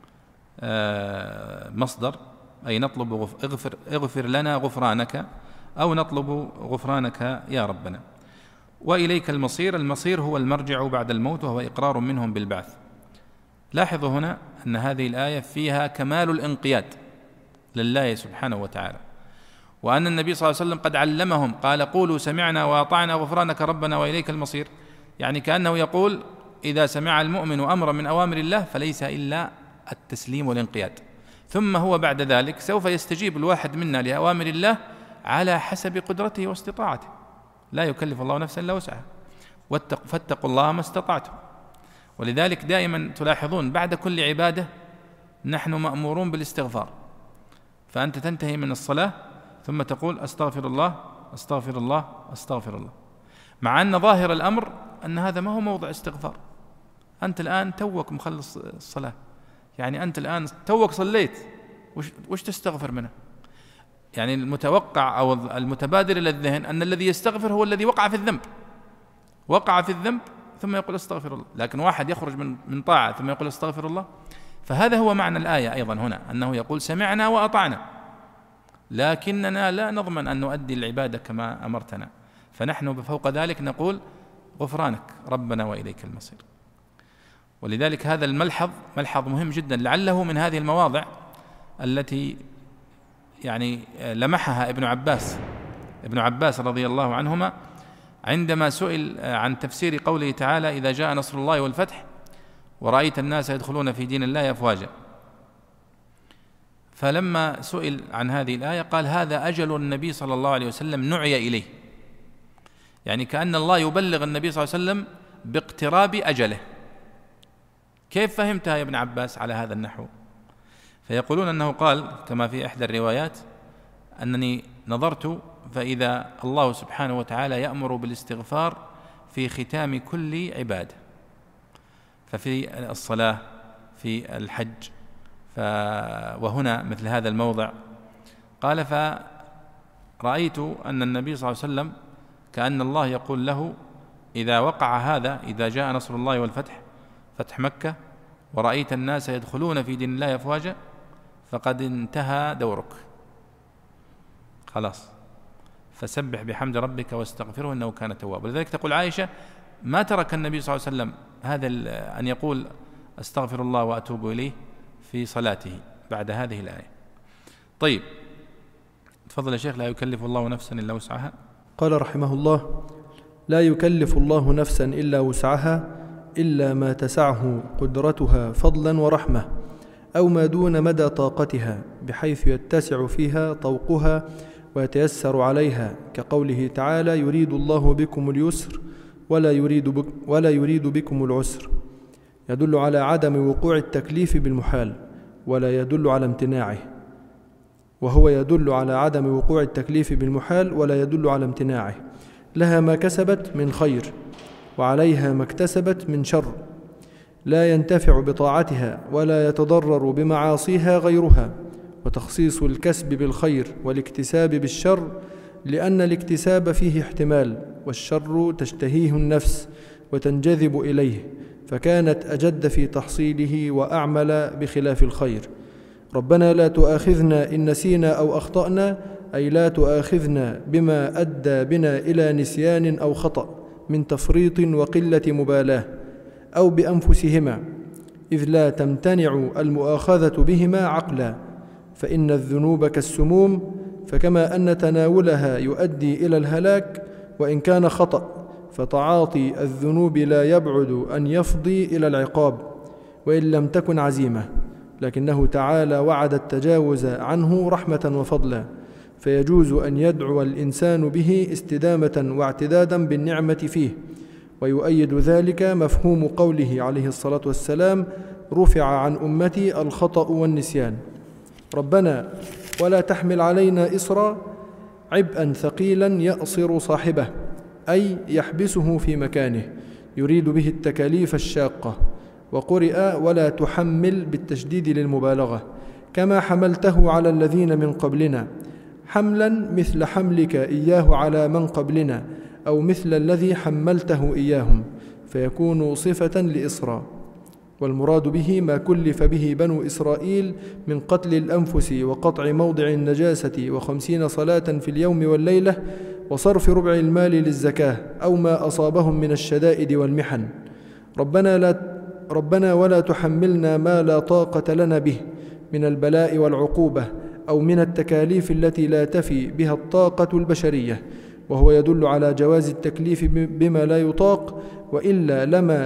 مصدر، أي نطلب اغفر لنا غفرانك، أو نطلب غفرانك يا ربنا. وإليك المصير. المصير هو المرجع بعد الموت، وهو إقرار منهم بالبعث. لاحظوا هنا أن هذه الآية فيها كمال الانقياد لله سبحانه وتعالى، وأن النبي صلى الله عليه وسلم قد علمهم، قال قولوا سمعنا وأطعنا غفرانك ربنا وإليك المصير، يعني كأنه يقول إذا سمع المؤمن أمرا من أوامر الله فليس إلا التسليم والانقياد، ثم هو بعد ذلك سوف يستجيب الواحد منا لأوامر الله على حسب قدرته واستطاعته، لا يكلف الله نفسا إلا وسعها، فاتقوا الله ما استطعتم. ولذلك دائما تلاحظون بعد كل عبادة نحن مأمورون بالاستغفار، فأنت تنتهي من الصلاة ثم تقول أستغفر الله أستغفر الله أستغفر الله، مع أن ظاهر الأمر أن هذا ما هو موضع استغفار. أنت الآن توك مخلص الصلاة، يعني أنت الآن توك صليت، وش تستغفر منه؟ يعني المتوقع أو المتبادر إلى الذهن أن الذي يستغفر هو الذي وقع في الذنب ثم يقول استغفر الله، لكن واحد يخرج من طاعة ثم يقول استغفر الله. فهذا هو معنى الآية أيضا هنا، أنه يقول سمعنا وأطعنا، لكننا لا نضمن أن نؤدي العبادة كما أمرتنا، فنحن بفوق ذلك نقول غفرانك ربنا وإليك المصير. ولذلك هذا الملحظ ملحظ مهم جدا، لعله من هذه المواضع التي يعني لمحها ابن عباس رضي الله عنهما عندما سئل عن تفسير قوله تعالى إذا جاء نصر الله والفتح ورأيت الناس يدخلون في دين الله أفواجا، فلما سئل عن هذه الآية قال هذا أجل النبي صلى الله عليه وسلم نعي إليه، يعني كأن الله يبلغ النبي صلى الله عليه وسلم باقتراب أجله. كيف فهمتها يا ابن عباس على هذا النحو؟ فيقولون أنه قال كما في إحدى الروايات أنني نظرت فإذا الله سبحانه وتعالى يأمر بالاستغفار في ختام كل عبادة، ففي الصلاة في الحج وهنا مثل هذا الموضع. قال فرأيت أن النبي صلى الله عليه وسلم كأن الله يقول له إذا وقع هذا إذا جاء نصر الله والفتح فتح مكة ورأيت الناس يدخلون في دين الله أفواجا فقد انتهى دورك، خلاص، فسبح بحمد ربك واستغفره إنه كان توابا. لذلك تقول عائشة ما ترك النبي صلى الله عليه وسلم هذا أن يقول أستغفر الله وأتوب إليه في صلاته بعد هذه الآية. طيب، تفضل يا شيخ. لا يكلف الله نفسا إلا وسعها. قال رحمه الله لا يكلف الله نفسا إلا وسعها، إلا ما تسعه قدرتها فضلا ورحمة، أو ما دون مدى طاقتها، بحيث يتسع فيها طوقها ويتيسر عليها، كقوله تعالى: يريد الله بكم اليسر ولا يريد بكم العسر، يدل على عدم وقوع التكليف بالمحال ولا يدل على امتناعه، وهو يدل على عدم وقوع التكليف بالمحال ولا يدل على امتناعه. لها ما كسبت من خير وعليها ما اكتسبت من شر، لا ينتفع بطاعتها ولا يتضرر بمعاصيها غيرها. وتخصيص الكسب بالخير والاكتساب بالشر لأن الاكتساب فيه احتمال، والشر تشتهيه النفس وتنجذب إليه، فكانت أجد في تحصيله وأعمل بخلاف الخير. ربنا لا تؤاخذنا إن نسينا أو أخطأنا، أي لا تؤاخذنا بما أدى بنا إلى نسيان أو خطأ من تفريط وقلة مبالاة، أو بأنفسهما، إذ لا تمتنع المؤاخذة بهما عقلا، فإن الذنوب كالسموم، فكما أن تناولها يؤدي إلى الهلاك وإن كان خطأ، فتعاطي الذنوب لا يبعد أن يفضي إلى العقاب وإن لم تكن عزيمة، لكنه تعالى وعد التجاوز عنه رحمة وفضلا، فيجوز أن يدعو الإنسان به استدامة واعتدادا بالنعمة فيه. ويؤيد ذلك مفهوم قوله عليه الصلاة والسلام: رفع عن أمتي الخطأ والنسيان. ربنا ولا تحمل علينا إصرا عبئا ثقيلا يأصر صاحبه، أي يحبسه في مكانه، يريد به التكاليف الشاقة. وقرئ ولا تحمل بالتشديد للمبالغة، كما حملته على الذين من قبلنا، حملا مثل حملك إياه على من قبلنا، أو مثل الذي حملته إياهم، فيكون صفة لإصرا. والمراد به ما كلف به بنو إسرائيل من قتل الأنفس وقطع موضع النجاسة و50 صلاة في اليوم والليلة وصرف ربع المال للزكاة، أو ما أصابهم من الشدائد والمحن. ربنا ولا تحملنا ما لا طاقة لنا به من البلاء والعقوبة، أو من التكاليف التي لا تفي بها الطاقة البشرية، وهو يدل على جواز التكليف بما لا يطاق، وإلا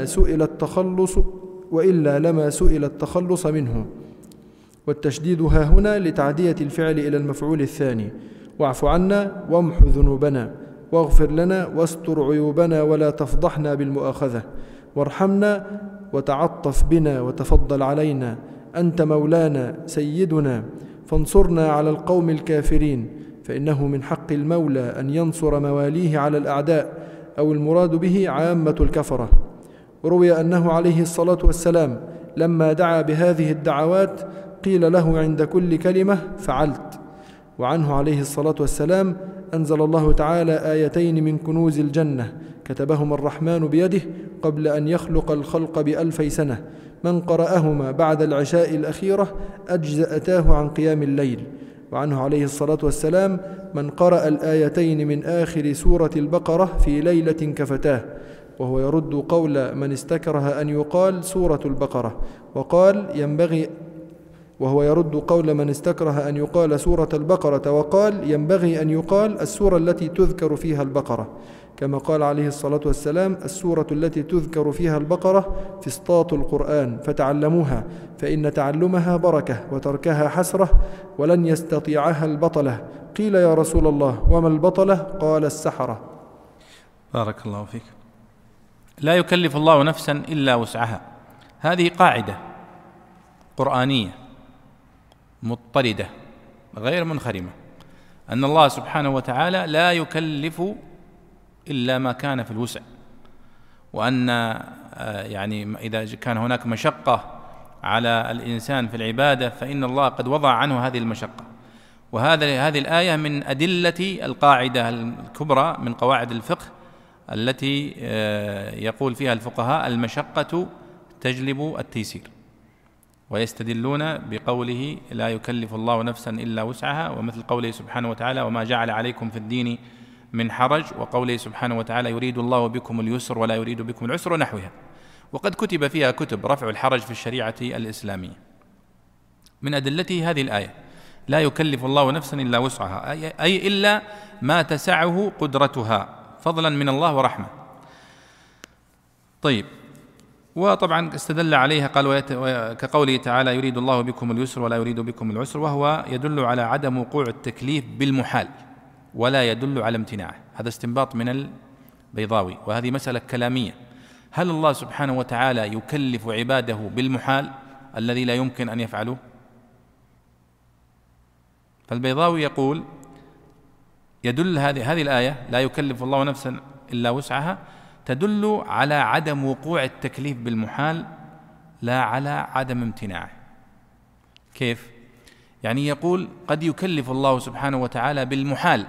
لما سئل التخلص منه. والتشديد ها هنا لتعدية الفعل إلى المفعول الثاني: واعف عنا وامح ذنوبنا واغفر لنا واستر عيوبنا ولا تفضحنا بالمؤاخذة، وارحمنا وتعطف بنا وتفضل علينا، أنت مولانا سيدنا فانصرنا على القوم الكافرين، فإنه من حق المولى أن ينصر مواليه على الأعداء، أو المراد به عامة الكفرة. وروي أنه عليه الصلاة والسلام لما دعا بهذه الدعوات قيل له عند كل كلمة: فعلت. وعنه عليه الصلاة والسلام أنزل الله تعالى آيتين من كنوز الجنة كتبهما الرحمن بيده قبل أن يخلق الخلق ب1000 سنة، من قرأهما بعد العشاء الأخيرة أجزأتاه عن قيام الليل. وعنه عليه الصلاة والسلام: من قرأ الآيتين من آخر سورة البقرة في ليلة كفتاه، وهو يرد قول من استكره أن يقال سورة البقرة، وهو يرد قول من استكره أن يقال سورة البقرة، وقال ينبغي أن يقال السورة التي تذكر فيها البقرة، كما قال عليه الصلاة والسلام: السورة التي تذكر فيها البقرة فسطاط القرآن فتعلموها، فإن تعلمها بركة وتركها حسرة ولن يستطيعها البطلة. قيل: يا رسول الله وما البطلة؟ قال: السحرة. بارك الله فيك. لا يكلف الله نفسا إلا وسعها، هذه قاعدة قرآنية مضطردة غير منخرمة، أن الله سبحانه وتعالى لا يكلف إلا ما كان في الوسع، وأن يعني إذا كان هناك مشقة على الإنسان في العبادة فإن الله قد وضع عنه هذه المشقة. هذه الآية من أدلة القاعدة الكبرى من قواعد الفقه التي يقول فيها الفقهاء: المشقة تجلب التيسير، ويستدلون بقوله: لا يكلف الله نفسا إلا وسعها، ومثل قوله سبحانه وتعالى: وما جعل عليكم في الدين من حرج، وقوله سبحانه وتعالى: يريد الله بكم اليسر ولا يريد بكم العسر، ونحوها. وقد كتب فيها كتب رفع الحرج في الشريعة الإسلامية. من أدلته هذه الآية: لا يكلف الله نفسا إلا وسعها، أي إلا ما تسعه قدرتها، فضلا من الله ورحمة. طيب، وطبعا استدل عليها قال كقوله تعالى يريد الله بكم اليسر ولا يريد بكم العسر، وهو يدل على عدم وقوع التكليف بالمحال ولا يدل على امتناعه. هذا استنباط من البيضاوي، وهذه مسألة كلامية. هل الله سبحانه وتعالى يكلف عباده بالمحال الذي لا يمكن أن يفعلوه؟ فالبيضاوي يقول يدل هذه الآية لا يكلف الله نفسا إلا وسعها تدل على عدم وقوع التكليف بالمحال لا على عدم امتناعه. كيف؟ يعني يقول قد يكلف الله سبحانه وتعالى بالمحال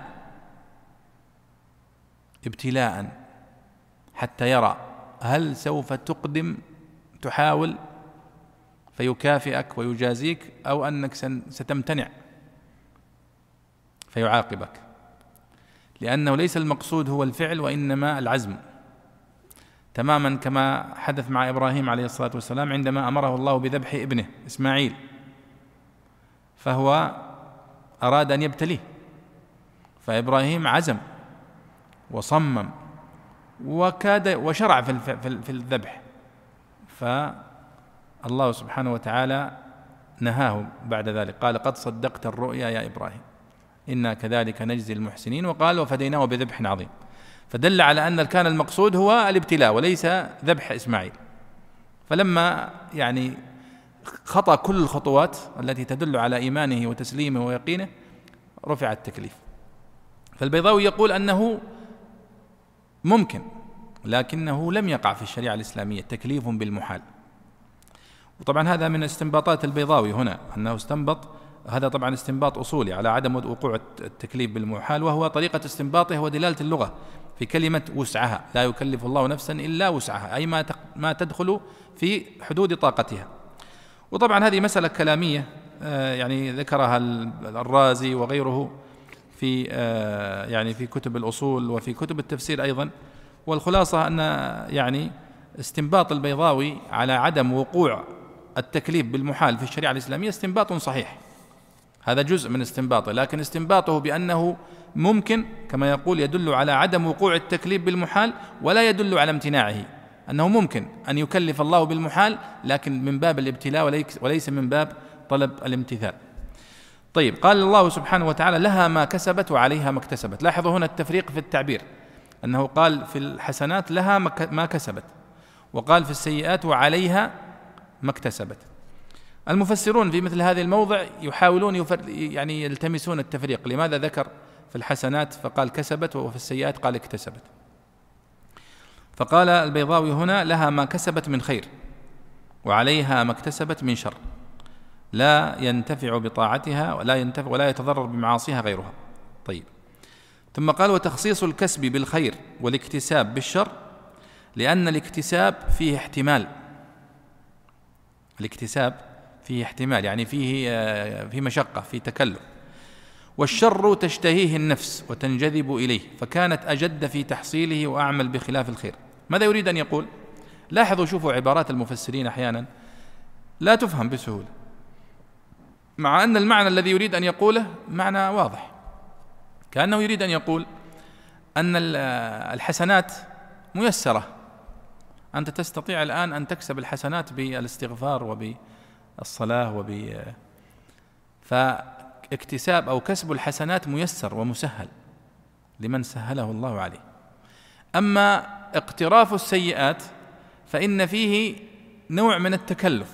ابتلاء حتى يرى هل سوف تقدم تحاول فيكافئك ويجازيك أو أنك ستمتنع فيعاقبك، لأنه ليس المقصود هو الفعل وإنما العزم، تماما كما حدث مع إبراهيم عليه الصلاة والسلام عندما أمره الله بذبح ابنه إسماعيل، فهو أراد أن يبتليه، فإبراهيم عزم وصمم وكاد وشرع في الذبح، فالله سبحانه وتعالى نهاه بعد ذلك، قال قد صدقت الرؤيا يا إبراهيم إنا كذلك نجزي المحسنين، وقال وفديناه بذبح عظيم، فدل على أن كان المقصود هو الابتلاء وليس ذبح إسماعيل. فلما يعني خطأ كل الخطوات التي تدل على إيمانه وتسليمه ويقينه رفع التكليف. فالبيضاوي يقول أنه ممكن لكنه لم يقع في الشريعة الإسلامية تكليف بالمحال. وطبعا هذا من استنباطات البيضاوي هنا، أنه استنبط، هذا طبعا استنباط أصولي على عدم وقوع التكليف بالمحال، وهو طريقة استنباطه ودلالة اللغة في كلمة وسعها، لا يكلف الله نفسا إلا وسعها، أي ما تدخل في حدود طاقتها. وطبعا هذه مسألة كلامية يعني ذكرها الرازي وغيره في يعني في كتب الأصول وفي كتب التفسير أيضا. والخلاصة أن يعني استنباط البيضاوي على عدم وقوع التكليف بالمحال في الشريعة الإسلامية استنباط صحيح، هذا جزء من استنباطه، لكن استنباطه بأنه ممكن كما يقول يدل على عدم وقوع التكليف بالمحال ولا يدل على امتناعه، أنه ممكن أن يكلف الله بالمحال لكن من باب الابتلاء وليس من باب طلب الامتثال. طيب، قال الله سبحانه وتعالى لها ما كسبت وعليها ما اكتسبت. لاحظوا هنا التفريق في التعبير، أنه قال في الحسنات لها ما كسبت، وقال في السيئات وعليها ما اكتسبت. المفسرون في مثل هذه الموضع يحاولون يعني يلتمسون التفريق، لماذا ذكر في الحسنات فقال كسبت وفي السيئات قال اكتسبت؟ فقال البيضاوي هنا لها ما كسبت من خير وعليها ما اكتسبت من شر، لا ينتفع بطاعتها ولا يتضرر بمعاصيها غيرها. طيب، ثم قال وتخصيص الكسب بالخير والاكتساب بالشر لأن الاكتساب فيه احتمال، الاكتساب فيه احتمال يعني فيه مشقة، فيه تكلف، والشر تشتهيه النفس وتنجذب إليه فكانت أجد في تحصيله وأعمل بخلاف الخير. ماذا يريد أن يقول؟ لاحظوا، شوفوا عبارات المفسرين أحيانا لا تفهم بسهولة، مع أن المعنى الذي يريد أن يقوله معنى واضح، كأنه يريد أن يقول أن الحسنات ميسرة، أنت تستطيع الآن أن تكسب الحسنات بالاستغفار وبالصلاة فاكتساب أو كسب الحسنات ميسر ومسهل لمن سهله الله عليه. أما اقتراف السيئات فإن فيه نوع من التكلف،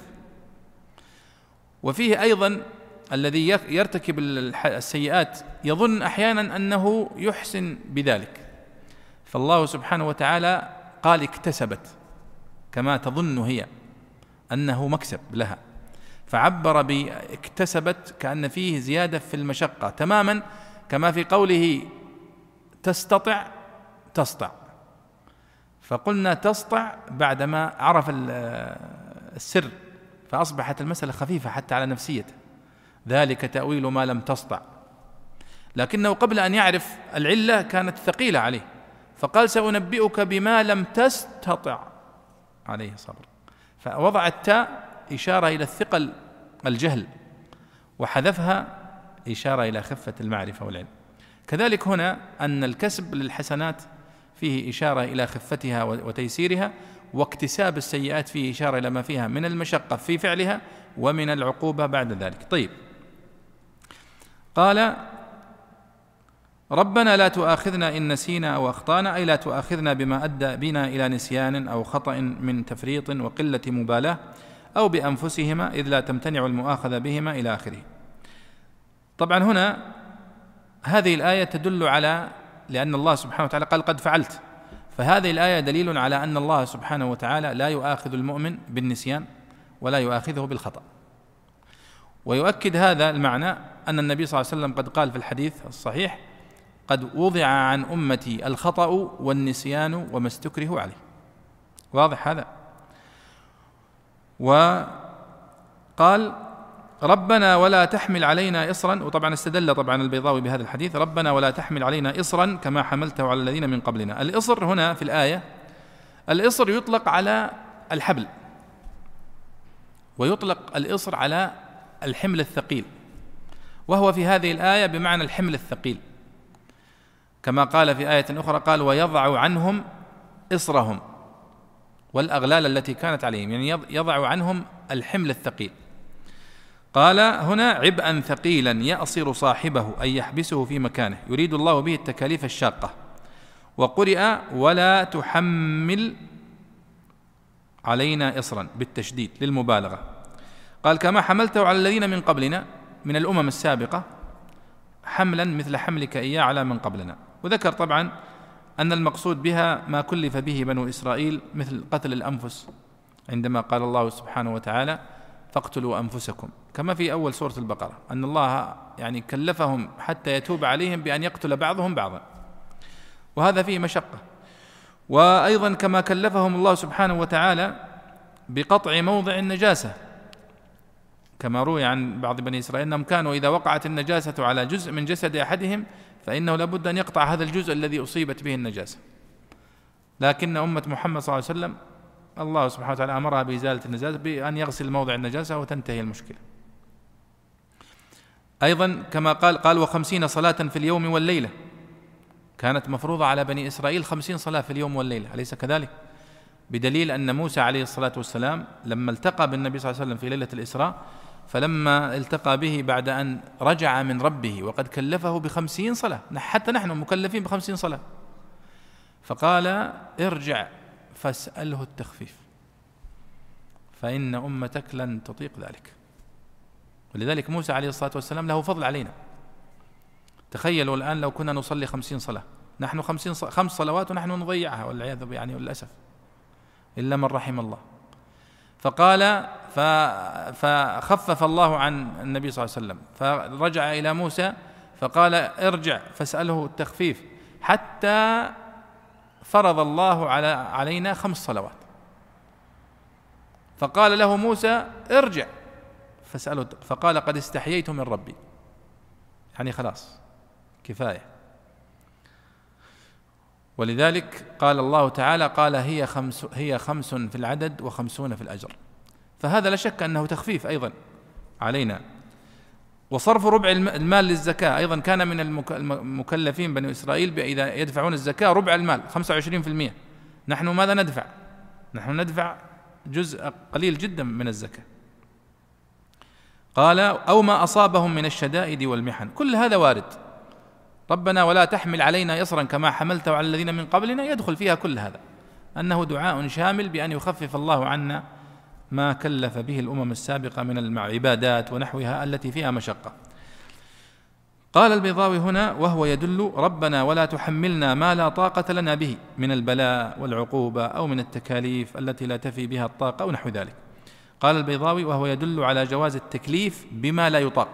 وفيه أيضا الذي يرتكب السيئات يظن أحيانا أنه يحسن بذلك، فالله سبحانه وتعالى قال اكتسبت كما تظن هي أنه مكسب لها، فعبر باكتسبت كأن فيه زيادة في المشقة، تماما كما في قوله تستطع تسطع، فقلنا تسطع بعدما عرف السر فأصبحت المسألة خفيفة حتى على نفسيته، ذلك تأويل ما لم تسطع، لكنه قبل أن يعرف العلة كانت ثقيلة عليه، فقال سأنبئك بما لم تستطع عليه صبر، فوضع التاء إشارة إلى الثقل الجهل، وحذفها إشارة إلى خفة المعرفة والعلم. كذلك هنا أن الكسب للحسنات فيه إشارة إلى خفتها وتيسيرها، واكتساب السيئات فيه إشارة إلى ما فيها من المشقة في فعلها ومن العقوبة بعد ذلك. طيب، قال ربنا لا تؤاخذنا إن نسينا أو أخطأنا، أي لا تؤاخذنا بما أدى بنا إلى نسيان أو خطأ من تفريط وقلة مبالاة أو بأنفسهما إذ لا تمتنع المؤاخذة بهما إلى آخره. طبعا هنا هذه الآية تدل على، لأن الله سبحانه وتعالى قال قد فعلت، فهذه الآية دليل على أن الله سبحانه وتعالى لا يؤاخذ المؤمن بالنسيان ولا يؤاخذه بالخطأ. ويؤكد هذا المعنى أن النبي صلى الله عليه وسلم قد قال في الحديث الصحيح: قد وضع عن أمتي الخطأ والنسيان وما استكرهوا عليه. واضح هذا؟ وقال ربنا ولا تحمل علينا إصرا، وطبعا استدل طبعا البيضاوي بهذا الحديث: ربنا ولا تحمل علينا إصرا كما حملته على الذين من قبلنا. الإصر هنا في الآية، الإصر يطلق على الحبل، ويطلق الإصر على الحمل الثقيل، وهو في هذه الآية بمعنى الحمل الثقيل، كما قال في آية أخرى قال ويضع عنهم إصرهم والأغلال التي كانت عليهم، يعني يضع عنهم الحمل الثقيل. قال هنا عبئا ثقيلا يأصر صاحبه أي يحبسه في مكانه، يريد الله به التكاليف الشاقة. وقرئ ولا تحمل علينا إصرا بالتشديد للمبالغة. قال كما حملته على الذين من قبلنا من الأمم السابقة حملا مثل حملك إياه على من قبلنا. وذكر طبعا أن المقصود بها ما كلف به بنو إسرائيل مثل قتل الأنفس، عندما قال الله سبحانه وتعالى فاقتلوا أنفسكم، كما في أول سورة البقرة أن الله يعني كلفهم حتى يتوب عليهم بأن يقتل بعضهم بعضا، وهذا فيه مشقة. وأيضا كما كلفهم الله سبحانه وتعالى بقطع موضع النجاسة، كما روي عن بعض بني إسرائيل أنهم كانوا إذا وقعت النجاسة على جزء من جسد أحدهم فإنه لابد أن يقطع هذا الجزء الذي أصيبت به النجاسة. لكن أمة محمد صلى الله عليه وسلم الله سبحانه وتعالى أمرها بإزالة النجاسة بأن يغسل موضع النجاسة وتنتهي المشكلة. أيضا كما قال 50 صلاة في اليوم والليلة، كانت مفروضة على بني إسرائيل 50 صلاة في اليوم والليلة، أليس كذلك؟ بدليل أن موسى عليه الصلاة والسلام لما التقى بالنبي صلى الله عليه وسلم في ليلة الإسراء، فلما التقى به بعد أن رجع من ربه وقد كلفه ب50 صلاة، حتى نحن مكلفين ب50 صلاة، فقال ارجع فاسأله التخفيف فإن أمتك لن تطيق ذلك. ولذلك موسى عليه الصلاة والسلام له فضل علينا. تخيلوا الآن لو كنا نصلي 50 صلاة، نحن 5 صلوات ونحن نضيعها والعياذ بالله، يعني للأسف، إلا من رحم الله. فقال فخفف الله عن النبي صلى الله عليه وسلم، فرجع إلى موسى فقال ارجع فاسأله التخفيف حتى فرض الله علينا 5 صلوات. فقال له موسى ارجع فاسأله، فقال قد استحييت من ربي، يعني خلاص كفاية. ولذلك قال الله تعالى قال هي 5 في العدد و50 في الأجر، فهذا لا شك أنه تخفيف أيضا علينا. وصرف ربع المال للزكاة أيضا كان من المكلفين بني إسرائيل إذا يدفعون الزكاة ربع المال 25%. نحن ماذا ندفع؟ نحن ندفع جزء قليل جدا من الزكاة. قال أو ما أصابهم من الشدائد والمحن، كل هذا وارد. ربنا ولا تحمل علينا إصرا كما حملته على الذين من قبلنا، يدخل فيها كل هذا، أنه دعاء شامل بأن يخفف الله عنا ما كلف به الأمم السابقة من العبادات ونحوها التي فيها مشقة. قال البيضاوي هنا وهو يدل ربنا ولا تحملنا ما لا طاقة لنا به من البلاء والعقوبة أو من التكاليف التي لا تفي بها الطاقة ونحو ذلك. قال البيضاوي وهو يدل على جواز التكليف بما لا يطاق،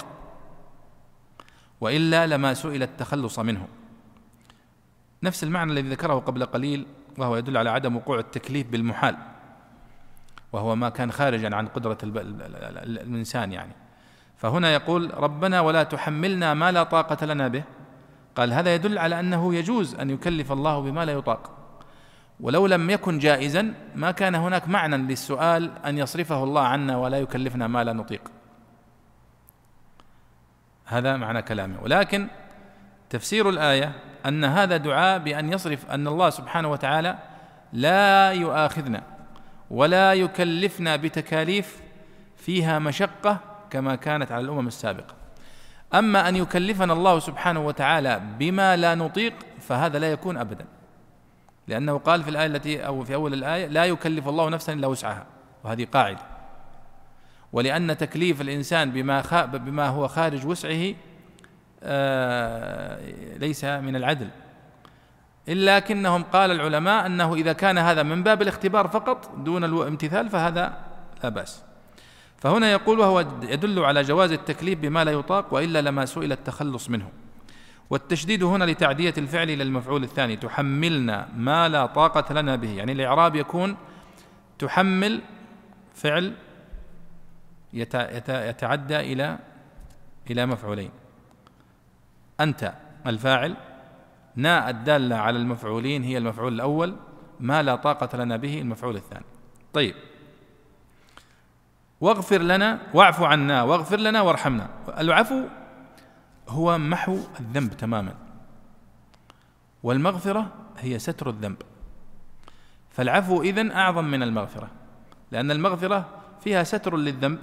وإلا لما سئل التخلص منه، نفس المعنى الذي ذكره قبل قليل، وهو يدل على عدم وقوع التكليف بالمحال، وهو ما كان خارجا عن قدرة الإنسان يعني. فهنا يقول ربنا ولا تحملنا ما لا طاقة لنا به، قال هذا يدل على أنه يجوز أن يكلف الله بما لا يطاق، ولو لم يكن جائزا ما كان هناك معنى للسؤال أن يصرفه الله عنا ولا يكلفنا ما لا نطيق. هذا معنى كلامه. ولكن تفسير الآية أن هذا دعاء بأن يصرف، أن الله سبحانه وتعالى لا يؤاخذنا ولا يكلفنا بتكاليف فيها مشقة كما كانت على الأمم السابقة. أما أن يكلفنا الله سبحانه وتعالى بما لا نطيق فهذا لا يكون أبدا، لأنه قال في الآية التي أو في أول الآية: لا يكلف الله نفسا إلا وسعها، وهذه قاعدة. ولأن تكليف الإنسان بما هو خارج وسعه ليس من العدل، إلا لكنهم قال العلماء أنه إذا كان هذا من باب الاختبار فقط دون الامتثال فهذا لا بأس. فهنا يقول: وهو يدل على جواز التكليف بما لا يطاق، وإلا لما سئل التخلص منه. والتشديد هنا لتعدية الفعل إلى المفعول الثاني: تحملنا ما لا طاقة لنا به. يعني الإعراب يكون تحمل فعل يتعدى إلى مفعولين: أنت الفاعل، نا الدالة على المفعولين هي المفعول الأول، ما لا طاقة لنا به المفعول الثاني. طيب، واغفر لنا واعف عنا واغفر لنا وارحمنا. العفو هو محو الذنب تماما، والمغفرة هي ستر الذنب. فالعفو إذن أعظم من المغفرة، لأن المغفرة فيها ستر للذنب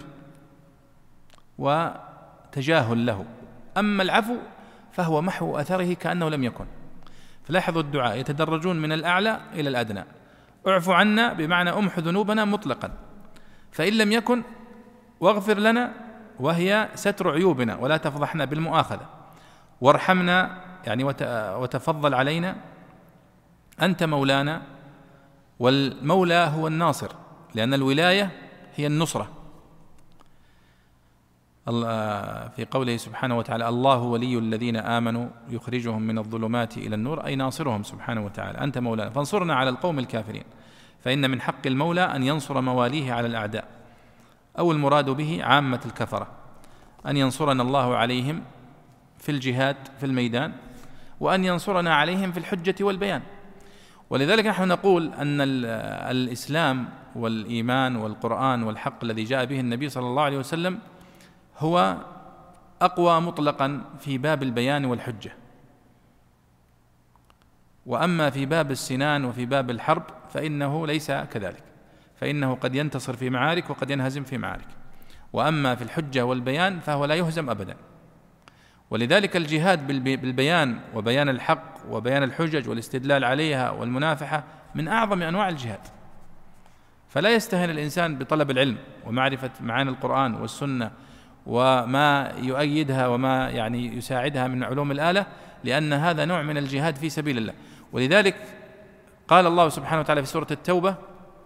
وتجاهل له، أما العفو فهو محو أثره كأنه لم يكن. فلاحظوا الدعاء يتدرجون من الأعلى إلى الأدنى: اعف عنا بمعنى أمحو ذنوبنا مطلقا، فإن لم يكن واغفر لنا وهي ستر عيوبنا ولا تفضحنا بالمؤاخذة، وارحمنا يعني وتفضل علينا، أنت مولانا، والمولى هو الناصر، لأن الولاية هي النصرة. في قوله سبحانه وتعالى: الله ولي الذين آمنوا يخرجهم من الظلمات إلى النور، أي ناصرهم سبحانه وتعالى. أنت مولانا فانصرنا على القوم الكافرين، فإن من حق المولى أن ينصر مواليه على الأعداء، أو المراد به عامة الكفرة، أن ينصرنا الله عليهم في الجهاد في الميدان، وأن ينصرنا عليهم في الحجة والبيان. ولذلك نحن نقول أن الإسلام والإيمان والقرآن والحق الذي جاء به النبي صلى الله عليه وسلم هو أقوى مطلقا في باب البيان والحجة، وأما في باب السنان وفي باب الحرب فإنه ليس كذلك، فإنه قد ينتصر في معارك وقد ينهزم في معارك. وأما في الحجة والبيان فهو لا يهزم أبدا. ولذلك الجهاد بالبيان وبيان الحق وبيان الحجج والاستدلال عليها والمنافحة من أعظم أنواع الجهاد. فلا يستهين الإنسان بطلب العلم ومعرفة معاني القرآن والسنة وما يؤيدها وما يعني يساعدها من علوم الآلة، لأن هذا نوع من الجهاد في سبيل الله. ولذلك قال الله سبحانه وتعالى في سورة التوبة: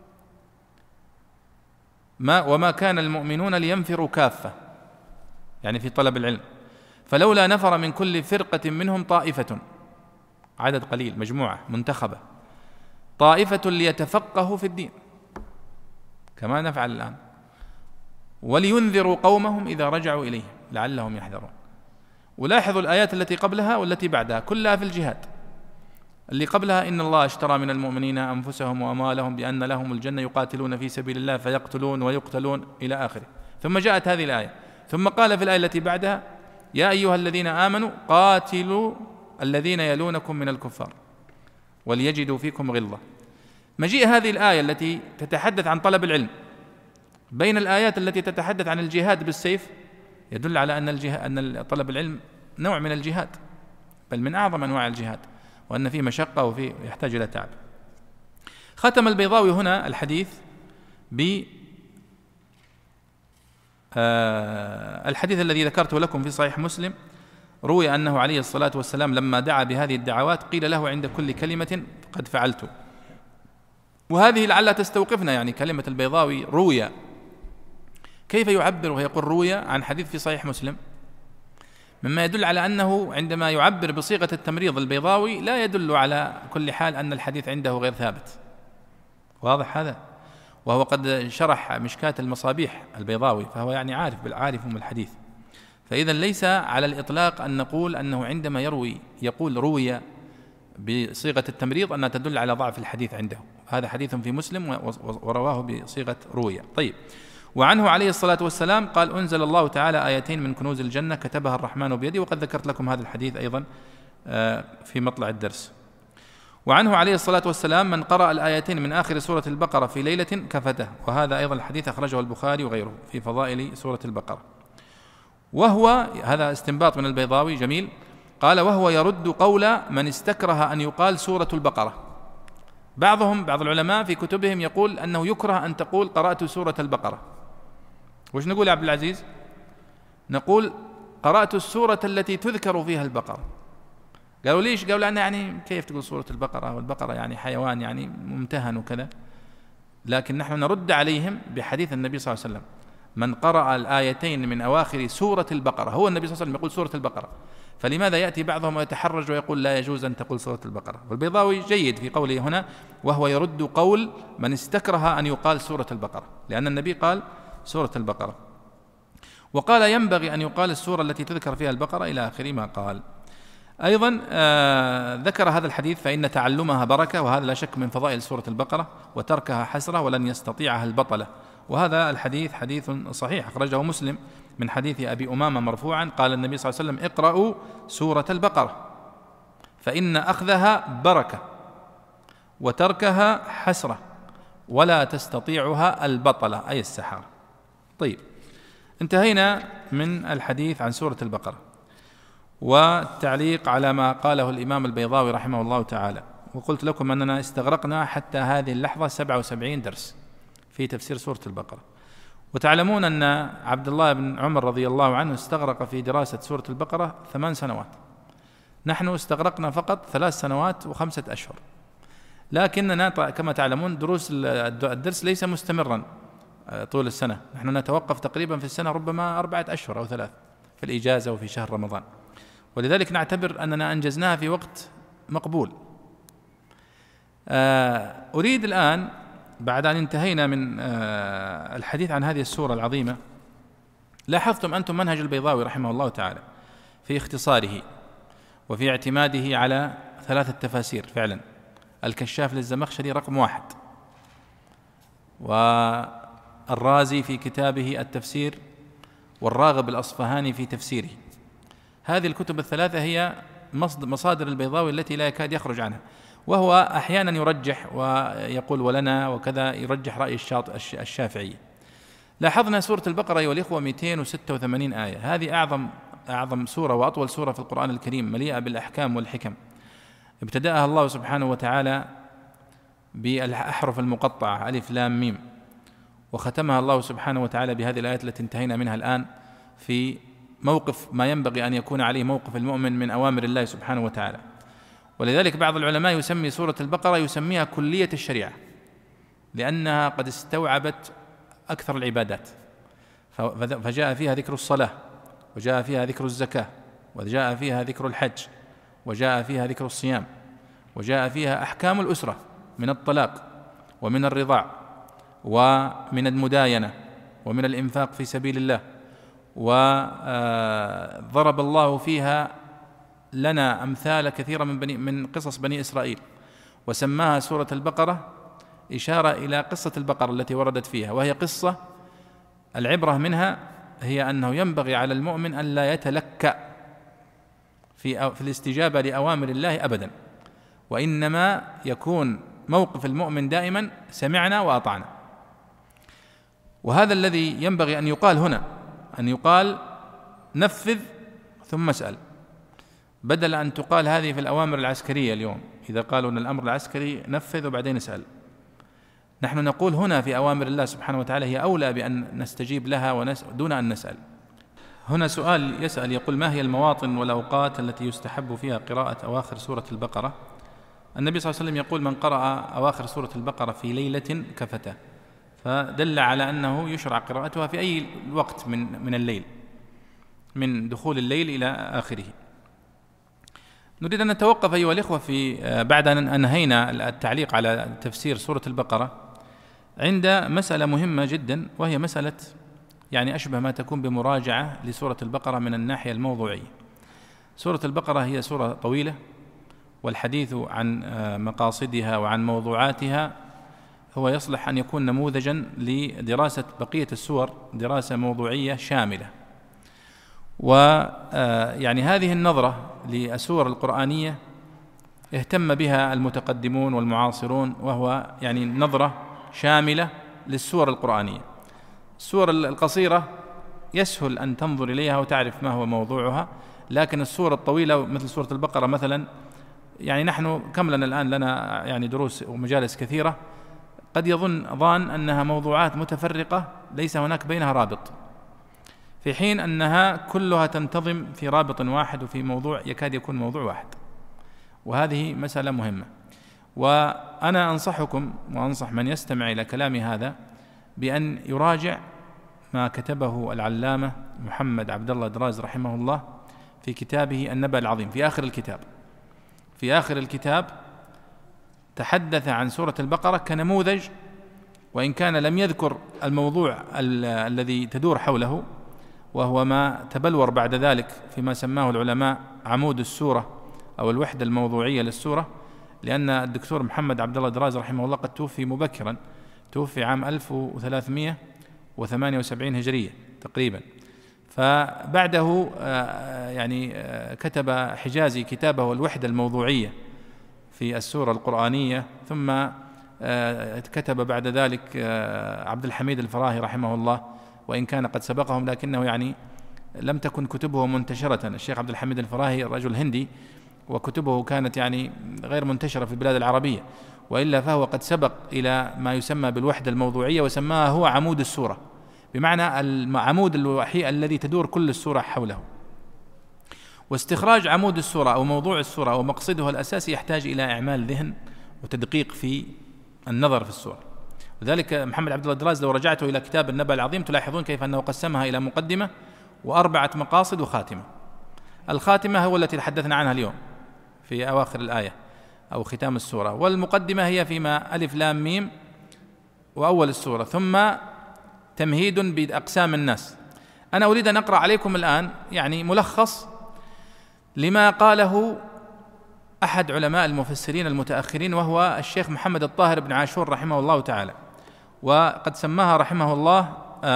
وما كان المؤمنون لينفروا كافة، يعني في طلب العلم، فلولا نفر من كل فرقة منهم طائفة، عدد قليل، مجموعة منتخبة، طائفة ليتفقهوا في الدين كما نفعل الآن، ولينذروا قومهم إذا رجعوا إليهم لعلهم يحذرون. ولاحظوا الآيات التي قبلها والتي بعدها كلها في الجهاد. اللي قبلها: إن الله اشترى من المؤمنين أنفسهم وأموالهم بأن لهم الجنة يقاتلون في سبيل الله فيقتلون ويقتلون إلى آخره. ثم جاءت هذه الآية، ثم قال في الآية التي بعدها: يا أيها الذين آمنوا قاتلوا الذين يلونكم من الكفار وليجدوا فيكم غلظة. مجيء هذه الآية التي تتحدث عن طلب العلم بين الآيات التي تتحدث عن الجهاد بالسيف يدل على أن طلب العلم نوع من الجهاد، بل من أعظم أنواع الجهاد، وأن فيه مشقة وفيه يحتاج إلى تعب. ختم البيضاوي هنا الحديث الحديث الذي ذكرته لكم في صحيح مسلم. روي أنه عليه الصلاة والسلام لما دعا بهذه الدعوات قيل له عند كل كلمة: قد فعلت. وهذه لعلها تستوقفنا، يعني كلمة البيضاوي روي، كيف يعبر ويقول روي عن حديث في صحيح مسلم؟ مما يدل على أنه عندما يعبر بصيغة التمريض البيضاوي لا يدل على كل حال أن الحديث عنده غير ثابت. واضح هذا؟ وهو قد شرح مشكاة المصابيح البيضاوي، فهو يعني عارف الحديث. فإذا ليس على الإطلاق أن نقول أنه عندما يقول روي بصيغة التمريض أنها تدل على ضعف الحديث عنده. هذا حديث في مسلم ورواه بصيغة روي. طيب، وعنه عليه الصلاة والسلام قال: أنزل الله تعالى آيتين من كنوز الجنة كتبها الرحمن بيده. وقد ذكرت لكم هذا الحديث أيضا في مطلع الدرس. وعنه عليه الصلاة والسلام: من قرأ الآيتين من آخر سورة البقرة في ليلة كفته. وهذا أيضا الحديث أخرجه البخاري وغيره في فضائل سورة البقرة. وهو هذا استنباط من البيضاوي جميل، قال: وهو يرد قول من استكره أن يقال سورة البقرة. بعض العلماء في كتبهم يقول أنه يكره أن تقول قرأت سورة البقرة. وش نقول يا عبد العزيز؟ نقول قرأت السورة التي تذكر فيها البقرة. قالوا ليش؟ قالوا لأن يعني كيف تقول سورة البقرة والبقرة يعني حيوان يعني ممتهن وكذا. لكن نحن نرد عليهم بحديث النبي صلى الله عليه وسلم: من قرأ الآيتين من أواخر سورة البقرة. هو النبي صلى الله عليه وسلم يقول سورة البقرة، فلماذا يأتي بعضهم ويتحرج ويقول لا يجوز أن تقول سورة البقرة؟ والبيضاوي جيد في قوله هنا: وهو يرد قول من استكره أن يقال سورة البقرة، لأن النبي قال سورة البقرة. وقال: ينبغي أن يقال السورة التي تذكر فيها البقرة إلى آخر ما قال. أيضا ذكر هذا الحديث: فإن تعلمها بركة، وهذا لا شك من فضائل سورة البقرة، وتركها حسرة ولن يستطيعها البطلة. وهذا الحديث حديث صحيح أخرجه مسلم من حديث أبي أمامة مرفوعا: قال النبي صلى الله عليه وسلم: اقرأوا سورة البقرة فإن أخذها بركة وتركها حسرة ولا تستطيعها البطلة، أي السحرة. طيب، انتهينا من الحديث عن سورة البقرة والتعليق على ما قاله الإمام البيضاوي رحمه الله تعالى. وقلت لكم أننا استغرقنا حتى هذه اللحظة 77 درس في تفسير سورة البقرة. وتعلمون أن عبد الله بن عمر رضي الله عنه استغرق في دراسة سورة البقرة 8 سنوات. نحن استغرقنا فقط 3 سنوات و5 أشهر. لكننا كما تعلمون دروس الدرس ليس مستمرا طول السنة، نحن نتوقف تقريبا في السنة ربما 4 أشهر أو 3 في الإجازة وفي شهر رمضان، ولذلك نعتبر أننا أنجزناها في وقت مقبول. أريد الآن بعد أن انتهينا من الحديث عن هذه السورة العظيمة، لاحظتم أنتم منهج البيضاوي رحمه الله تعالى في اختصاره وفي اعتماده على 3 تفاسير فعلا: الكشاف للزمخشري رقم 1، والرازي في كتابه التفسير، والراغب الأصفهاني في تفسيره. هذه الكتب ال3 هي مصادر البيضاوي التي لا يكاد يخرج عنها، وهو أحيانا يرجح ويقول ولنا وكذا، يرجح رأي الشافعي. لاحظنا سورة البقرة أيها الإخوة 286 آية، هذه أعظم سورة وأطول سورة في القرآن الكريم، مليئة بالأحكام والحكم. ابتدأها الله سبحانه وتعالى بالأحرف المقطعة ألف لام ميم، وختمها الله سبحانه وتعالى بهذه الآيات التي انتهينا منها الآن في موقف ما ينبغي أن يكون عليه موقف المؤمن من أوامر الله سبحانه وتعالى. ولذلك بعض العلماء يسمي سورة البقرة يسميها كلية الشريعة، لأنها قد استوعبت أكثر العبادات، فجاء فيها ذكر الصلاة، وجاء فيها ذكر الزكاة، وجاء فيها ذكر الحج، وجاء فيها ذكر الصيام، وجاء فيها أحكام الأسرة من الطلاق ومن الرضاع ومن المداينة ومن الإنفاق في سبيل الله. وضرب الله فيها لنا أمثال كثيرة من قصص بني إسرائيل، وسماها سورة البقرة إشارة إلى قصة البقرة التي وردت فيها، وهي قصة العبرة منها هي أنه ينبغي على المؤمن أن لا يتلكأ في الاستجابة لأوامر الله أبدا، وإنما يكون موقف المؤمن دائما سمعنا وأطعنا. وهذا الذي ينبغي أن يقال هنا، أن يقال نفذ ثم اسأل، بدل أن تقال هذه في الأوامر العسكرية اليوم، إذا قالوا أن الأمر العسكري نفذ وبعدين اسأل. نحن نقول هنا في أوامر الله سبحانه وتعالى هي أولى بأن نستجيب لها دون أن نسأل. هنا سؤال يسأل يقول: ما هي المواطن والأوقات التي يستحب فيها قراءة أواخر سورة البقرة؟ النبي صلى الله عليه وسلم يقول: من قرأ أواخر سورة البقرة في ليلة كفته، فدل على أنه يشرع قراءتها في أي وقت من الليل، من دخول الليل إلى آخره. نريد أن نتوقف أيها الإخوة بعد أن أنهينا التعليق على تفسير سورة البقرة عند مسألة مهمة جدا، وهي مسألة يعني أشبه ما تكون بمراجعة لسورة البقرة من الناحية الموضوعية. سورة البقرة هي سورة طويلة، والحديث عن مقاصدها وعن موضوعاتها هو يصلح أن يكون نموذجا لدراسة بقية السور، دراسة موضوعية شاملة. ويعني هذه النظرة للسور القرآنية اهتم بها المتقدمون والمعاصرون، وهو يعني نظرة شاملة للسور القرآنية. السور القصيرة يسهل أن تنظر إليها وتعرف ما هو موضوعها، لكن السور الطويلة مثل سورة البقرة مثلا، يعني نحن كم لنا الآن يعني دروس ومجالس كثيرة، قد ظان أنها موضوعات متفرقة ليس هناك بينها رابط، في حين أنها كلها تنتظم في رابط واحد وفي موضوع يكاد يكون موضوع واحد، وهذه مسألة مهمة. وأنا أنصحكم وأنصح من يستمع إلى كلامي هذا بأن يراجع ما كتبه العلامة محمد عبد الله دراز رحمه الله في كتابه النبأ العظيم. في آخر الكتاب تحدث عن سورة البقرة كنموذج، وإن كان لم يذكر الموضوع الذي تدور حوله، وهو ما تبلور بعد ذلك فيما سماه العلماء عمود السورة أو الوحدة الموضوعية للسورة، لأن الدكتور محمد عبد الله دراز رحمه الله قد توفي مبكرا، توفي عام 1378 هجرية تقريبا. فبعده يعني كتب حجازي كتابه الوحدة الموضوعية في السورة القرآنية، ثم كتب بعد ذلك عبد الحميد الفراهي رحمه الله، وإن كان قد سبقهم لكنه يعني لم تكن كتبه منتشرة. الشيخ عبد الحميد الفراهي رجل هندي، وكتبه كانت يعني غير منتشرة في البلاد العربية، وإلا فهو قد سبق إلى ما يسمى بالوحدة الموضوعية، وسماها هو عمود السورة، بمعنى العمود الوحي الذي تدور كل السورة حوله. واستخراج عمود السورة أو موضوع السورة أو مقصده الأساسي يحتاج إلى إعمال ذهن وتدقيق في النظر في السورة. لذلك محمد عبد الله دراز لو رجعتوا إلى كتاب النبأ العظيم تلاحظون كيف أنه قسمها إلى مقدمة و4 مقاصد وخاتمة. الخاتمة هو التي تحدثنا عنها اليوم في أواخر الآية أو ختام السورة، والمقدمة هي فيما ألف لام ميم وأول السورة، ثم تمهيد بأقسام الناس. أنا أريد أن أقرأ عليكم الآن يعني ملخص لما قاله أحد علماء المفسرين المتأخرين، وهو الشيخ محمد الطاهر بن عاشور رحمه الله تعالى، وقد سماها رحمه الله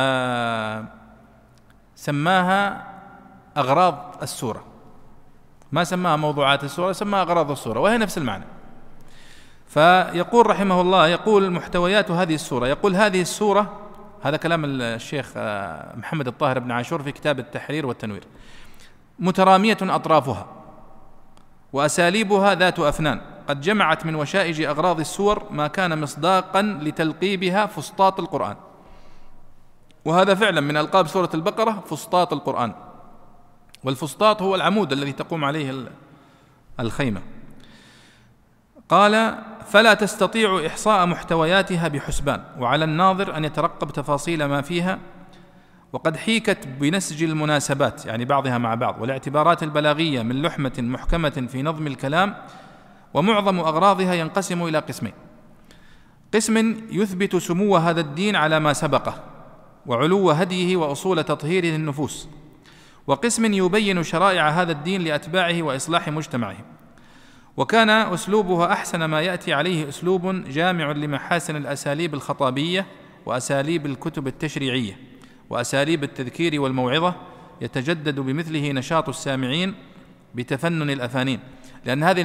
سماها أغراض السورة، ما سماها موضوعات السورة، سماها أغراض السورة، وهي نفس المعنى. فيقول رحمه الله، يقول محتويات هذه السورة، يقول هذه السورة، هذا كلام الشيخ محمد الطاهر بن عاشور في كتاب التحرير والتنوير، مترامية أطرافها وأساليبها ذات أفنان، قد جمعت من وشائج أغراض السور ما كان مصداقا لتلقيبها فسطاط القرآن. وهذا فعلا من ألقاب سورة البقرة فسطاط القرآن، والفسطاط هو العمود الذي تقوم عليه الخيمة. قال فلا تستطيع إحصاء محتوياتها بحسبان، وعلى الناظر أن يترقب تفاصيل ما فيها، وقد حيكت بنسج المناسبات يعني بعضها مع بعض والاعتبارات البلاغية من لحمة محكمة في نظم الكلام، ومعظم أغراضها ينقسم إلى قسمين: قسم يثبت سمو هذا الدين على ما سبقه وعلو هديه وأصول تطهيره النفوس، وقسم يبين شرائع هذا الدين لأتباعه وإصلاح مجتمعهم. وكان أسلوبها أحسن ما يأتي عليه أسلوب جامع لمحاسن الأساليب الخطابية وأساليب الكتب التشريعية وأساليب التذكير والموعظة، يتجدد بمثله نشاط السامعين بتفنن الأفانين. لأن هذه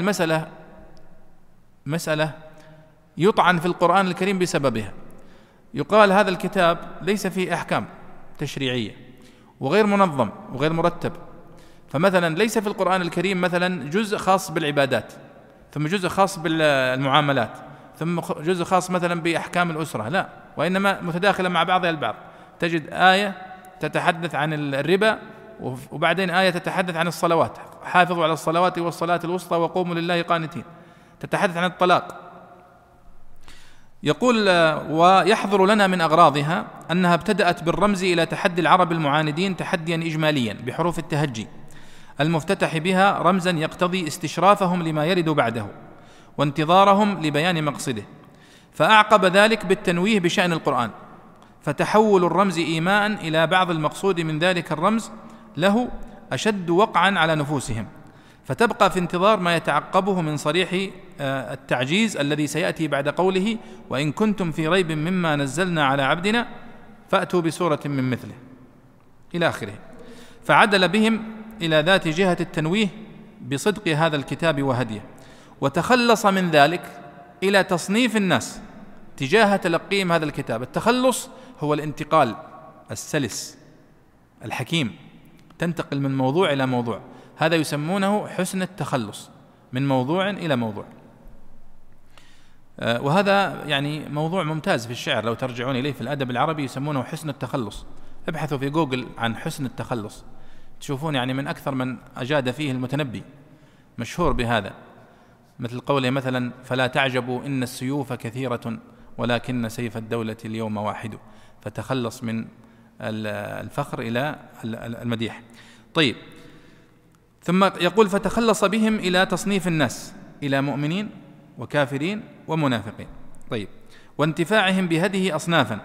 مسألة يطعن في القرآن الكريم بسببها. يقال هذا الكتاب ليس فيه أحكام تشريعية وغير منظم وغير مرتب، فمثلا ليس في القرآن الكريم مثلا جزء خاص بالعبادات، ثم جزء خاص بالمعاملات، ثم جزء خاص مثلا بأحكام الأسرة، لا، وإنما متداخلة مع بعضها البعض. تجد آية تتحدث عن الربا، وبعدين آية تتحدث عن الصلوات، حافظوا على الصلوات والصلاة الوسطى وقوموا لله قانتين، تتحدث عن الطلاق. يقول ويحضر لنا من أغراضها أنها ابتدأت بالرمز إلى تحدي العرب المعاندين تحديا إجماليا بحروف التهجي المفتتح بها رمزا يقتضي استشرافهم لما يرد بعده وانتظارهم لبيان مقصده، فأعقب ذلك بالتنويه بشأن القرآن، فتحول الرمز إيماء إلى بعض المقصود من ذلك الرمز له أشد وقعا على نفوسهم، فتبقى في انتظار ما يتعقبه من صريح التعجيز الذي سيأتي بعد قوله وإن كنتم في ريب مما نزلنا على عبدنا فأتوا بسورة من مثله إلى آخره. فعدل بهم إلى ذات جهة التنويه بصدق هذا الكتاب وهديه، وتخلص من ذلك إلى تصنيف الناس تجاه تلقيهم هذا الكتاب. التخلص هو الانتقال السلس الحكيم، تنتقل من موضوع إلى موضوع، هذا يسمونه حسن التخلص، من موضوع إلى موضوع. وهذا يعني موضوع ممتاز في الشعر، لو ترجعون إليه في الأدب العربي يسمونه حسن التخلص. ابحثوا في جوجل عن حسن التخلص تشوفون يعني من أكثر من أجاد فيه المتنبي، مشهور بهذا، مثل قوله مثلا: فلا تعجبوا إن السيوف كثيرة ولكن سيف الدولة اليوم واحد. فتخلص من الفخر إلى المديح. طيب، ثم يقول: فتخلص بهم إلى تصنيف الناس إلى مؤمنين وكافرين ومنافقين. طيب، وانتفاعهم بهديه أصنافا،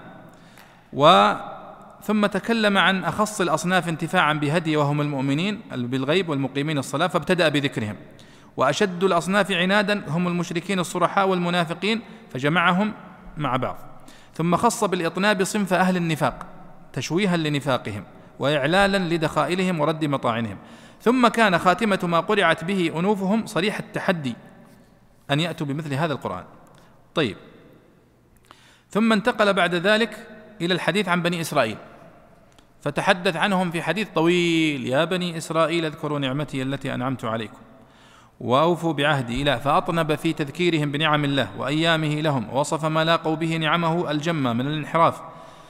ثم تكلم عن أخص الأصناف انتفاعا بهديه وهم المؤمنين بالغيب والمقيمين الصلاة، فابتدأ بذكرهم. وأشد الأصناف عنادا هم المشركين الصرحاء والمنافقين، فجمعهم مع بعض. ثم خص بالإطناب صنف أهل النفاق تشويها لنفاقهم وإعلالا لدخائلهم ورد مطاعنهم. ثم كان خاتمة ما قرعت به أنوفهم صريح التحدي أن يأتوا بمثل هذا القرآن. طيب، ثم انتقل بعد ذلك إلى الحديث عن بني إسرائيل، فتحدث عنهم في حديث طويل: يا بني إسرائيل اذكروا نعمتي التي أنعمت عليكم وأوفوا بعهدي، إلى فأطنب في تذكيرهم بنعم الله وأيامه لهم، ووصف ما لاقوا به نعمه الجمة من الانحراف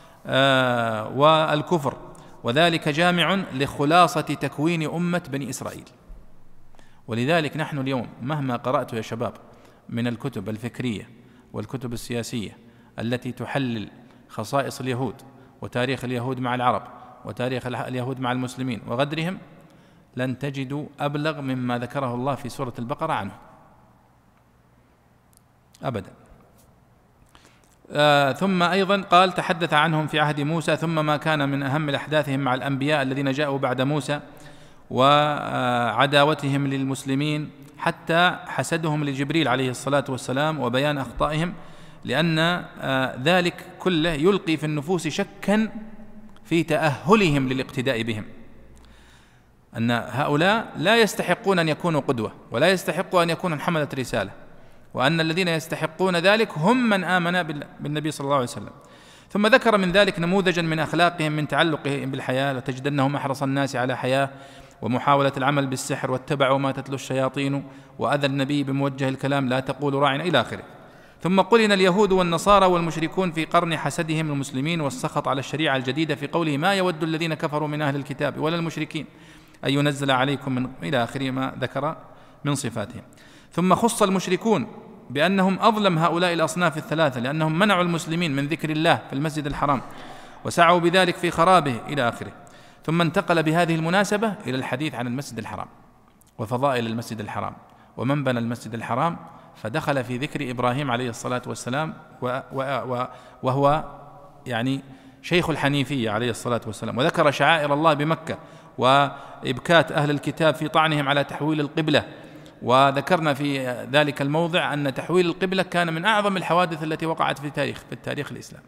والكفر، وذلك جامع لخلاصة تكوين أمة بني إسرائيل. ولذلك نحن اليوم مهما قرأت يا شباب من الكتب الفكرية والكتب السياسية التي تحلل خصائص اليهود وتاريخ اليهود مع العرب وتاريخ اليهود مع المسلمين وغدرهم، لن تجدوا أبلغ مما ذكره الله في سورة البقرة عنه أبدا. ثم أيضا قال: تحدث عنهم في عهد موسى، ثم ما كان من أهم الأحداثهم مع الأنبياء الذين جاءوا بعد موسى وعداوتهم للمسلمين حتى حسدهم لجبريل عليه الصلاة والسلام وبيان أخطائهم، لأن ذلك كله يلقي في النفوس شكا في تأهلهم للاقتداء بهم، أن هؤلاء لا يستحقون أن يكونوا قدوة ولا يستحقوا أن يكونوا حملة رسالة، وأن الذين يستحقون ذلك هم من آمن بالنبي صلى الله عليه وسلم. ثم ذكر من ذلك نموذجا من أخلاقهم من تعلقهم بالحياة: لتجدنهم أحرص الناس على حياة، ومحاولة العمل بالسحر، واتبعوا ما تتلو الشياطين، وأذى النبي بموجه الكلام: لا تقولوا راعنا، إلى آخره. ثم قرن اليهود والنصارى والمشركون في قرن حسدهم المسلمين والسخط على الشريعة الجديدة في قوله: ما يود الذين كفروا من أهل الكتاب ولا المشركين أن ينزل عليكم من، إلى آخر ما ذكر من صفاتهم. ثم خص المشركون بأنهم أظلم هؤلاء الأصناف الثلاثة، لأنهم منعوا المسلمين من ذكر الله في المسجد الحرام وسعوا بذلك في خرابه، إلى آخره. ثم انتقل بهذه المناسبة إلى الحديث عن المسجد الحرام وفضائل المسجد الحرام ومن بنى المسجد الحرام، فدخل في ذكر إبراهيم عليه الصلاة والسلام وهو يعني شيخ الحنيفية عليه الصلاة والسلام، وذكر شعائر الله بمكة وإبكات أهل الكتاب في طعنهم على تحويل القبلة. وذكرنا في ذلك الموضع أن تحويل القبلة كان من أعظم الحوادث التي وقعت في التاريخ الإسلام،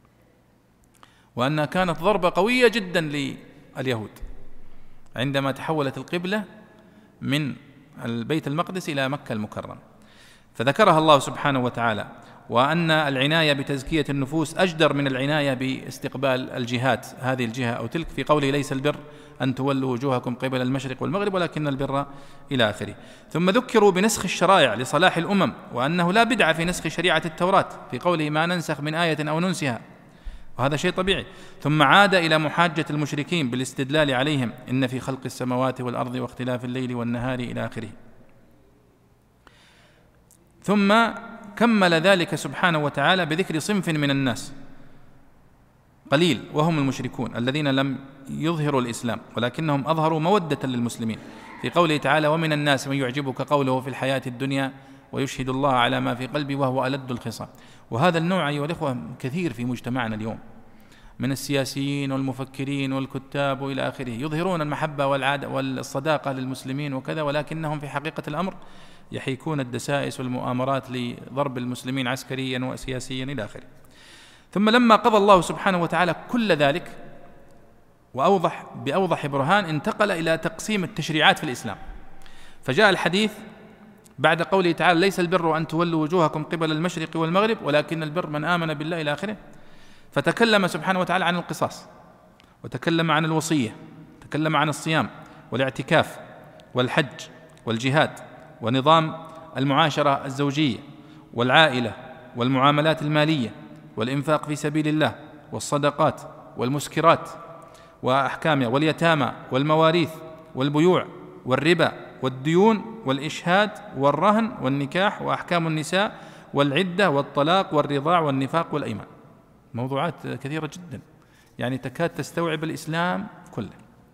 وأنها كانت ضربة قوية جدا لليهود عندما تحولت القبلة من البيت المقدس إلى مكة المكرمة، فذكرها الله سبحانه وتعالى، وأن العناية بتزكية النفوس أجدر من العناية باستقبال الجهات، هذه الجهة أو تلك، في قوله: ليس البر أن تولوا وجوهكم قبل المشرق والمغرب ولكن البر، إلى آخره. ثم ذكروا بنسخ الشرائع لصلاح الأمم، وأنه لا بدعة في نسخ شريعة التوراة في قوله: ما ننسخ من آية أو ننسها، وهذا شيء طبيعي. ثم عاد إلى محاجة المشركين بالاستدلال عليهم: إن في خلق السماوات والأرض واختلاف الليل والنهار، إلى آخره. ثم كمل ذلك سبحانه وتعالى بذكر صنف من الناس قليل وهم المشركون الذين لم يظهروا الإسلام ولكنهم أظهروا مودة للمسلمين، في قوله تعالى: ومن الناس من يعجبك قوله في الحياة الدنيا ويشهد الله على ما في قلبه وهو ألد الخصام. وهذا النوع أيها الإخوة كثير في مجتمعنا اليوم من السياسيين والمفكرين والكتاب وإلى آخره، يظهرون المحبة والصداقة للمسلمين وكذا، ولكنهم في حقيقة الأمر يحيكون الدسائس والمؤامرات لضرب المسلمين عسكريا وسياسيا، إلى آخره. ثم لما قضى الله سبحانه وتعالى كل ذلك بأوضح برهان، انتقل إلى تقسيم التشريعات في الإسلام، فجاء الحديث بعد قوله تعالى ليس البر أن تولوا وجوهكم قبل المشرق والمغرب ولكن البر من آمن بالله إلى آخره. فتكلم سبحانه وتعالى عن القصاص، وتكلم عن الوصية، تكلم عن الصيام والاعتكاف والحج والجهاد ونظام المعاشرة الزوجية والعائلة والمعاملات المالية والإنفاق في سبيل الله والصدقات والمسكرات وأحكامها واليتامى والمواريث والبيوع والربا والديون والإشهاد والرهن والنكاح وأحكام النساء والعدة والطلاق والرضاع والنفاق والأيمان. موضوعات كثيرة جدا يعني تكاد تستوعب الإسلام كله.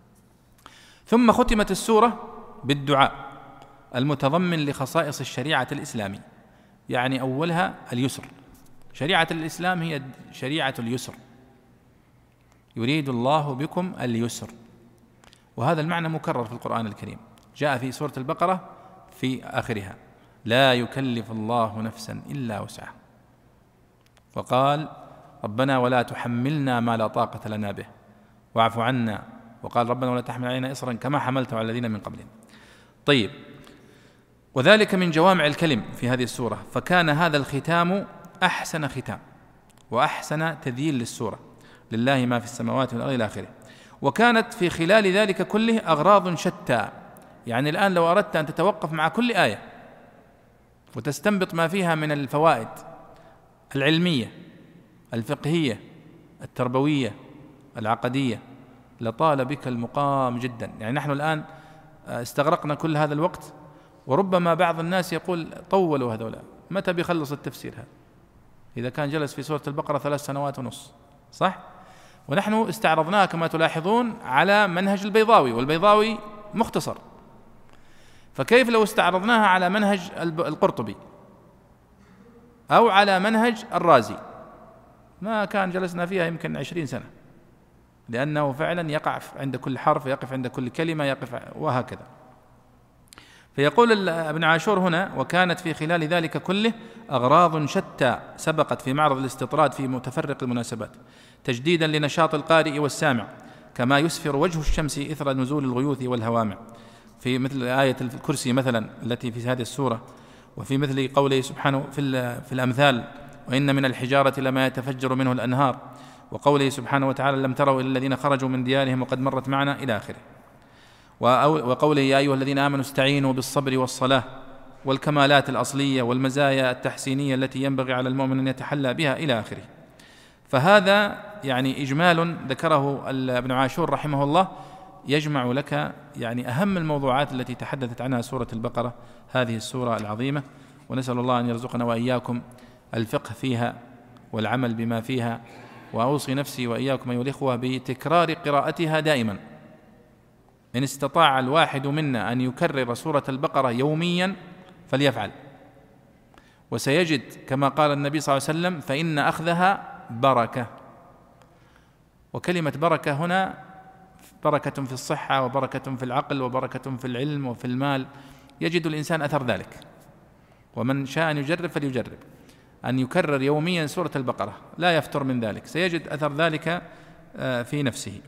ثم ختمت السورة بالدعاء المتضمن لخصائص الشريعة الإسلامية، يعني أولها اليسر. شريعة الإسلام هي شريعة اليسر، يريد الله بكم اليسر، وهذا المعنى مكرر في القرآن الكريم، جاء في سورة البقرة في آخرها لا يكلف الله نفسا إلا وسعها، وقال ربنا ولا تحملنا ما لا طاقة لنا به واعف عنا، وقال ربنا ولا تحمل علينا إصرا كما حملته على الذين من قبلنا. طيب، وذلك من جوامع الكلم في هذه السورة، فكان هذا الختام أحسن ختام وأحسن تذييل للسورة، لله ما في السماوات والأرض إلى آخره. وكانت في خلال ذلك كله أغراض شتى، يعني الآن لو أردت أن تتوقف مع كل آية وتستنبط ما فيها من الفوائد العلمية الفقهية التربوية العقدية لطال بك المقام جدا. يعني نحن الآن استغرقنا كل هذا الوقت، وربما بعض الناس يقول طولوا هذولا، متى بيخلص التفسير هذا إذا كان جلس في سورة البقرة 3 سنوات ونص، صح؟ ونحن استعرضناها كما تلاحظون على منهج البيضاوي، والبيضاوي مختصر، فكيف لو استعرضناها على منهج القرطبي أو على منهج الرازي؟ ما كان جلسنا فيها يمكن 20 سنة، لأنه فعلا يقع عند كل حرف، يقف عند كل كلمة، يقف وهكذا. فيقول ابن عاشور هنا وكانت في خلال ذلك كله أغراض شتى سبقت في معرض الاستطراد في متفرق المناسبات، تجديدا لنشاط القارئ والسامع، كما يسفر وجه الشمس إثر نزول الغيوث والهوامع، في مثل آية الكرسي مثلا التي في هذه السورة، وفي مثل قوله سبحانه في الأمثال وإن من الحجارة لما يتفجر منه الأنهار، وقوله سبحانه وتعالى لم تروا إلى الذين خرجوا من ديارهم وقد مرت معنا إلى آخره، وقوله يا أيها الذين آمنوا استعينوا بالصبر والصلاة، والكمالات الأصلية والمزايا التحسينية التي ينبغي على المؤمن أن يتحلى بها إلى آخره. فهذا يعني إجمال ذكره ابن عاشور رحمه الله يجمع لك يعني أهم الموضوعات التي تحدثت عنها سورة البقرة، هذه السورة العظيمة. ونسأل الله أن يرزقنا وإياكم الفقه فيها والعمل بما فيها، وأوصي نفسي وإياكم أيها الإخوة بتكرار قراءتها دائما. إن استطاع الواحد منا أن يكرر سورة البقرة يوميا فليفعل، وسيجد كما قال النبي صلى الله عليه وسلم فإن أخذها بركة. وكلمة بركة هنا بركة في الصحة وبركة في العقل وبركة في العلم وفي المال، يجد الإنسان أثر ذلك. ومن شاء أن يجرب فليجرب أن يكرر يوميا سورة البقرة، لا يفتر من ذلك، سيجد أثر ذلك في نفسه.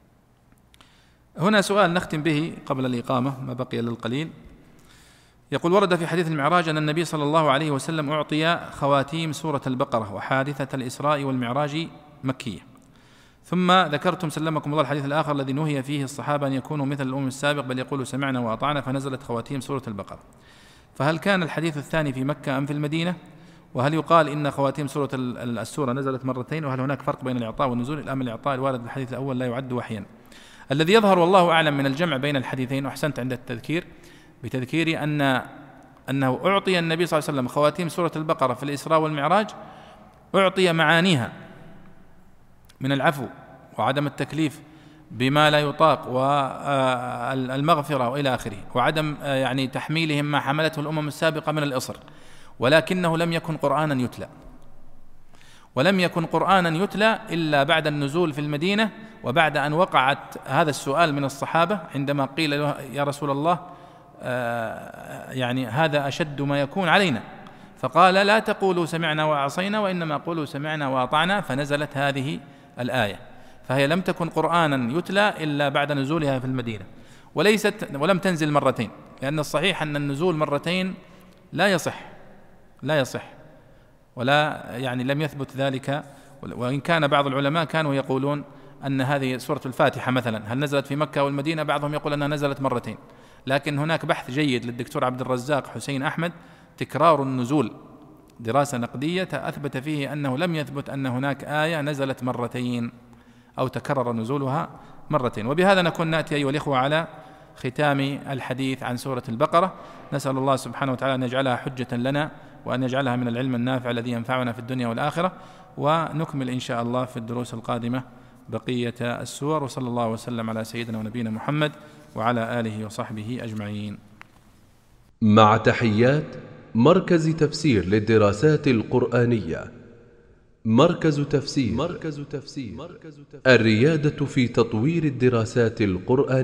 هنا سؤال نختم به قبل الإقامة ما بقي للقليل. يقول ورد في حديث المعراج أن النبي صلى الله عليه وسلم أعطي خواتيم سورة البقرة وحادثة الإسراء والمعراج مكية، ثم ذكرتم سلمكم الله الحديث الآخر الذي نهي فيه الصحابة أن يكونوا مثل الأمم السابق بل يقولوا سمعنا وأطعنا فنزلت خواتيم سورة البقرة. فهل كان الحديث الثاني في مكة أم في المدينة؟ وهل يقال إن خواتيم سورة السورة نزلت مرتين؟ وهل هناك فرق بين الإعطاء والنزول؟ الآن الإعطاء الوارد في الحديث الأول لا يعد وحيا. الذي يظهر والله أعلم من الجمع بين الحديثين، وأحسنت عند التذكير بتذكيري أنه أعطي النبي صلى الله عليه وسلم خواتيم سورة البقرة في الإسراء والمعراج، أعطي معانيها من العفو وعدم التكليف بما لا يطاق والمغفرة وإلى آخره، وعدم يعني تحميلهم ما حملته الأمم السابقة من الإصر، ولكنه لم يكن قرآنا يتلى، ولم يكن قرآنا يتلى إلا بعد النزول في المدينة، وبعد أن وقعت هذا السؤال من الصحابة عندما قيل له يا رسول الله يعني هذا أشد ما يكون علينا، فقال لا تقولوا سمعنا وعصينا وإنما قولوا سمعنا وأطعنا، فنزلت هذه الآية. فهي لم تكن قرآنا يتلى إلا بعد نزولها في المدينة، ولم تنزل مرتين، لأن الصحيح أن النزول مرتين لا يصح ولا يعني لم يثبت ذلك. وإن كان بعض العلماء كانوا يقولون أن هذه سورة الفاتحة مثلا هل نزلت في مكة والمدينة، بعضهم يقول أنها نزلت مرتين، لكن هناك بحث جيد للدكتور عبد الرزاق حسين أحمد تكرار النزول، دراسة نقدية أثبت فيه أنه لم يثبت أن هناك آية نزلت مرتين أو تكرر نزولها مرتين. وبهذا نكون نأتي أيها الإخوة على ختام الحديث عن سورة البقرة. نسأل الله سبحانه وتعالى أن يجعلها حجة لنا وأن يجعلها من العلم النافع الذي ينفعنا في الدنيا والآخرة، ونكمل إن شاء الله في الدروس القادمة بقية السور. وصلى الله وسلم على سيدنا ونبينا محمد وعلى آله وصحبه أجمعين. مع تحيات مركز تفسير للدراسات القرآنية. مركز تفسير الريادة في تطوير الدراسات القرآنية.